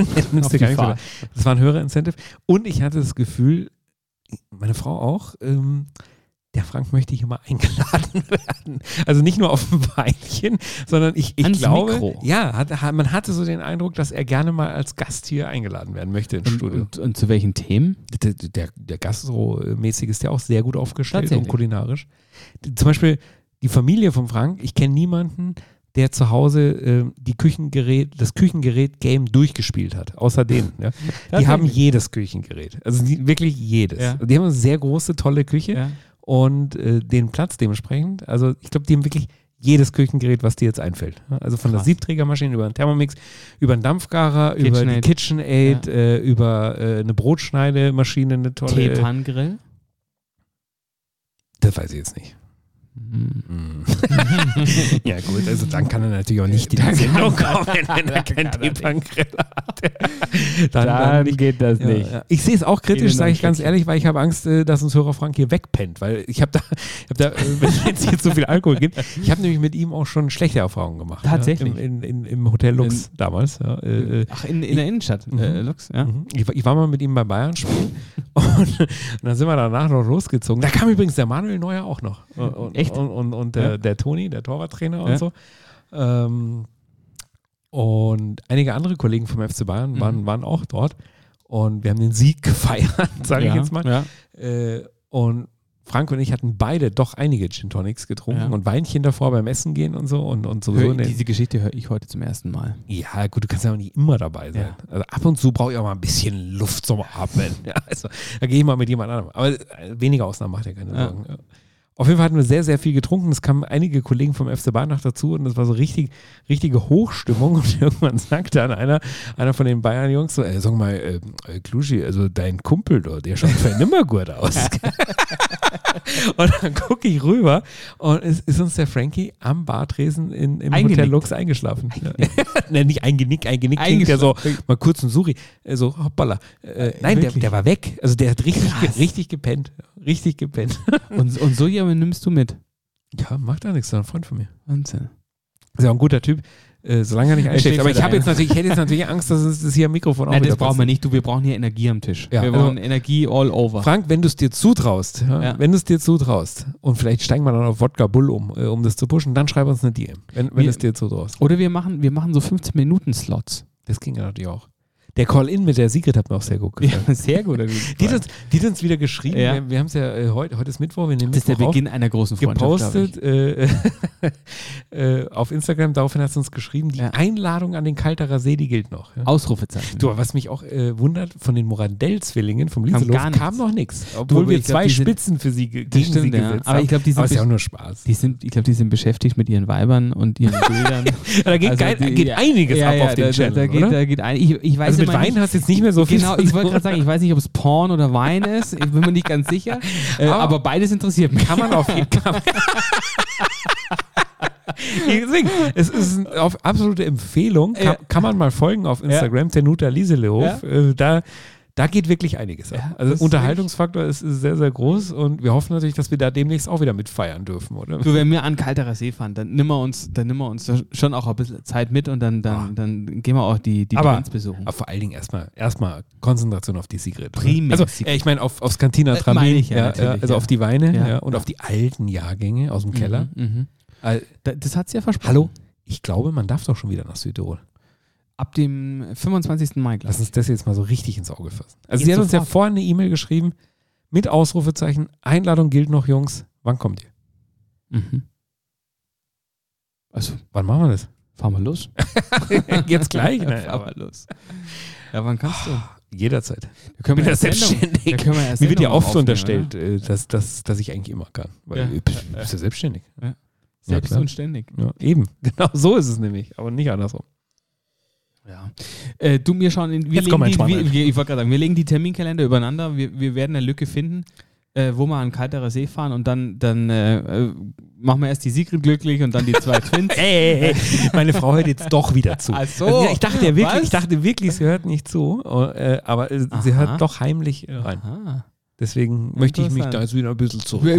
Das war ein Hörerincentive. Und ich hatte das Gefühl, meine Frau auch, der Frank möchte hier mal eingeladen werden. Also nicht nur auf ein Weinchen, sondern ich glaube, Mikro. Man hatte so den Eindruck, dass er gerne mal als Gast hier eingeladen werden möchte ins Studio. Und zu welchen Themen? Der Gastro-mäßig ist ja auch sehr gut aufgestellt und kulinarisch. Zum Beispiel die Familie von Frank, ich kenne niemanden, der zu Hause das Küchengerät-Game durchgespielt hat, außer denen. Ja. Die haben jedes Küchengerät, also wirklich jedes. Ja. Die haben eine sehr große, tolle Küche und den Platz dementsprechend. Also ich glaube, die haben wirklich jedes Küchengerät, was dir jetzt einfällt. Also von der Siebträgermaschine über einen Thermomix, über einen Dampfgarer, über die KitchenAid, über eine Brotschneidemaschine, eine tolle... Teepannengrill? Das weiß ich jetzt nicht. Ja gut, also dann kann er natürlich auch nicht in die Sendung kommen, wenn er keinen Teepannengrill hat. Dann geht das nicht. Ja. Ich sehe es auch kritisch, sage ich ganz ehrlich, weil ich habe Angst, dass uns Hörer Frank hier wegpennt, weil ich habe da wenn es jetzt so viel Alkohol gibt, ich habe nämlich mit ihm auch schon schlechte Erfahrungen gemacht. Tatsächlich? Ja, im Hotel Lux damals. Ja. In der Innenstadt, Lux, ja. Ich war mal mit ihm beim Bayern-Spiel und dann sind wir danach noch losgezogen. Da kam übrigens der Manuel Neuer auch noch. Echt? Und der Toni, der Torwarttrainer und so. Und einige andere Kollegen vom FC Bayern waren auch dort. Und wir haben den Sieg gefeiert, sage ich jetzt mal. Ja. Und Frank und ich hatten beide doch einige Gin Tonics getrunken und Weinchen davor beim Essen gehen und so. Und sowieso diese Geschichte höre ich heute zum ersten Mal. Ja, gut, du kannst ja auch nicht immer dabei sein. Ja. Also ab und zu brauche ich auch mal ein bisschen Luft zum Atmen. Ja, also, da gehe ich mal mit jemand anderem. Aber weniger Ausnahmen macht ja keine Sorgen. Ja. Auf jeden Fall hatten wir sehr, sehr viel getrunken. Es kamen einige Kollegen vom FC Bayern noch dazu und das war so richtige Hochstimmung. Und irgendwann sagte dann einer von den Bayern-Jungs so, sag mal, Kluschi, also dein Kumpel, der schaut vielleicht nimmer gut aus. Und dann gucke ich rüber und es ist uns der Frankie am Bartresen im Hotel Lux eingeschlafen. Nein, nicht eingenickt klingt ja so, mal kurz ein Suri, so hoppala. Nein, der war weg. Also der hat richtig gepennt. Richtig gepennt. Und so jemanden nimmst du mit? Ja, macht da nichts, das ist ein Freund von mir. Wahnsinn. Ist ja auch ein guter Typ, solange er nicht einschläft. Aber ich hätte jetzt natürlich Angst, dass es das hier am Mikrofon auch wieder das brauchen wir nicht. Wir brauchen hier Energie am Tisch. Ja, wir brauchen Energie all over. Frank, wenn du es dir zutraust, und vielleicht steigen wir dann auf Wodka Bull um das zu pushen, dann schreib uns eine DM, wenn du es dir zutraust. Oder wir machen so 15-Minuten-Slots. Das ging ja natürlich auch. Der Call-In mit der Sigrid hat mir auch sehr gut gefallen. Ja, sehr gut. Die hat uns wieder geschrieben. Ja. Wir haben es ja heute ist Mittwoch. Wir nehmen das ist der Beginn einer großen Freundschaft. Gepostet auf Instagram. Daraufhin hat es uns geschrieben, die Einladung an den Kalterer See, die gilt noch. Ja. Ausrufezeichen. Du, was mich auch wundert, von den Morandell-Zwillingen vom Lieselof kam noch nichts. Obwohl wir zwei Spitzen für sie gegen sie gesetzt haben. Aber ich glaube, die sind ja auch nur Spaß. Ich glaube, die sind beschäftigt mit ihren Weibern und ihren Bildern. Da geht einiges ab auf dem Channel, da geht einiges. Ich weiß mit Wein hast du jetzt nicht mehr so viel. Genau, ich wollte gerade sagen, ich weiß nicht, ob es Porn oder Wein ist. Ich bin mir nicht ganz sicher. Aber beides interessiert mich. Kann man auf jeden Fall. Deswegen, es ist eine absolute Empfehlung. Kann man mal folgen auf Instagram, Tenuta Lieselehof. Da geht wirklich einiges ab. Also Unterhaltungsfaktor ist sehr, sehr groß und wir hoffen natürlich, dass wir da demnächst auch wieder mit feiern dürfen, oder? Du, wenn wir an Kalterer See fahren, dann nimm wir uns schon auch ein bisschen Zeit mit und dann gehen wir auch die Prinz besuchen. Aber vor allen Dingen erstmal Konzentration auf die Sigrid. Primär. Also ich meine aufs Cantina Tramin, meine ich natürlich, auf die Weine und auf die alten Jahrgänge aus dem Keller. Das hat sie ja versprochen. Hallo? Ich glaube, man darf doch schon wieder nach Südtirol. Ab dem 25. Mai, glaube ich. Lass uns das jetzt mal so richtig ins Auge fassen. Also sie hat uns ja vorhin eine E-Mail geschrieben mit Ausrufezeichen, Einladung gilt noch, Jungs. Wann kommt ihr? Also, wann machen wir das? Fahren wir los. Jetzt gleich? Fahren wir los. Ja, wann kannst du? Jederzeit. Da können wir selbstständig. Mir wird ja oft unterstellt, dass ich eigentlich immer kann. Weil du bist ja selbstständig. Ja. Selbst und ständig. Ja, eben. Genau so ist es nämlich, aber nicht andersrum. Ja. Wir legen die Terminkalender übereinander. Wir werden eine Lücke finden, wo wir an Kalterer See fahren und dann machen wir erst die Sigrid glücklich und dann die zwei Twins. Hey, meine Frau hört jetzt doch wieder zu. Ach so. Also, ich dachte wirklich, sie hört nicht zu, aber sie hört doch heimlich rein. Aha. Deswegen möchte ich mich da jetzt wieder ein bisschen zurücknehmen.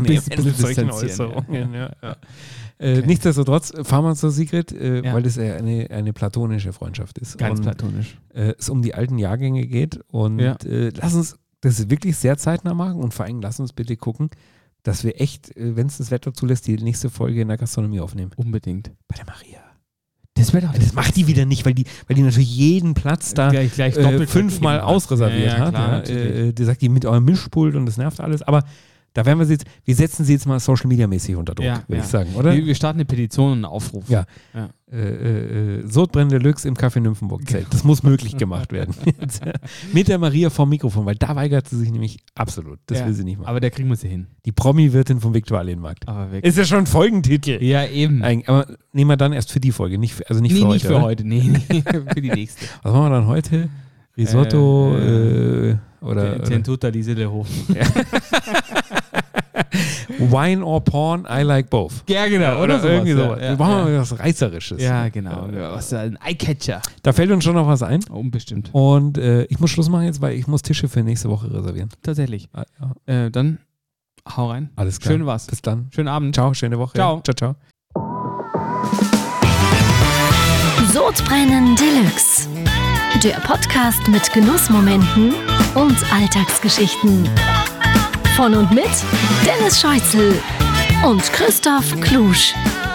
Nichtsdestotrotz fahren wir zur Sigrid, weil das ja eine platonische Freundschaft ist. Ganz platonisch. Es um die alten Jahrgänge geht und lass uns das wirklich sehr zeitnah machen und vor allem lass uns bitte gucken, dass wir echt, wenn es das Wetter zulässt, die nächste Folge in der Gastronomie aufnehmen. Unbedingt. Bei der Maria. Das macht die wieder nicht, weil die natürlich jeden Platz da gleich doppelt 5-mal ausreserviert hat. Klar, die sagt, die mit eurem Mischpult und das nervt alles. Aber da werden wir setzen sie jetzt mal Social Media mäßig unter Druck, würde ich sagen, oder? Wir starten eine Petition und einen Aufruf. Ja. Sodbrennen Deluxe im Café Nymphenburg-Zelt. Das muss möglich gemacht werden. Mit der Maria vom Mikrofon, weil da weigert sie sich nämlich absolut. Das will sie nicht machen. Aber da kriegen wir sie hin. Die Promi-Wirtin vom Viktualienmarkt. Ist ja schon ein Folgentitel. Ja, eben. Aber nehmen wir dann erst für die Folge, nicht für heute. Nicht für heute, nee, für die nächste. Was machen wir dann heute? Risotto oder Tenuta Lieselehof. Wine or Porn, I like both. Ja, genau. Oder irgendwie sowas. Wir brauchen mal was Reißerisches. Ja, genau. Was ein Eyecatcher. Da fällt uns schon noch was ein. Unbestimmt. Und ich muss Schluss machen jetzt, weil ich muss Tische für nächste Woche reservieren. Tatsächlich. Dann hau rein. Alles klar. Schön war's. Bis dann. Schönen Abend. Ciao, schöne Woche. Ciao. Ciao. Sodbrennen Deluxe. Der Podcast mit Genussmomenten und Alltagsgeschichten. Von und mit Dennis Scheuzel und Christoph Klusch.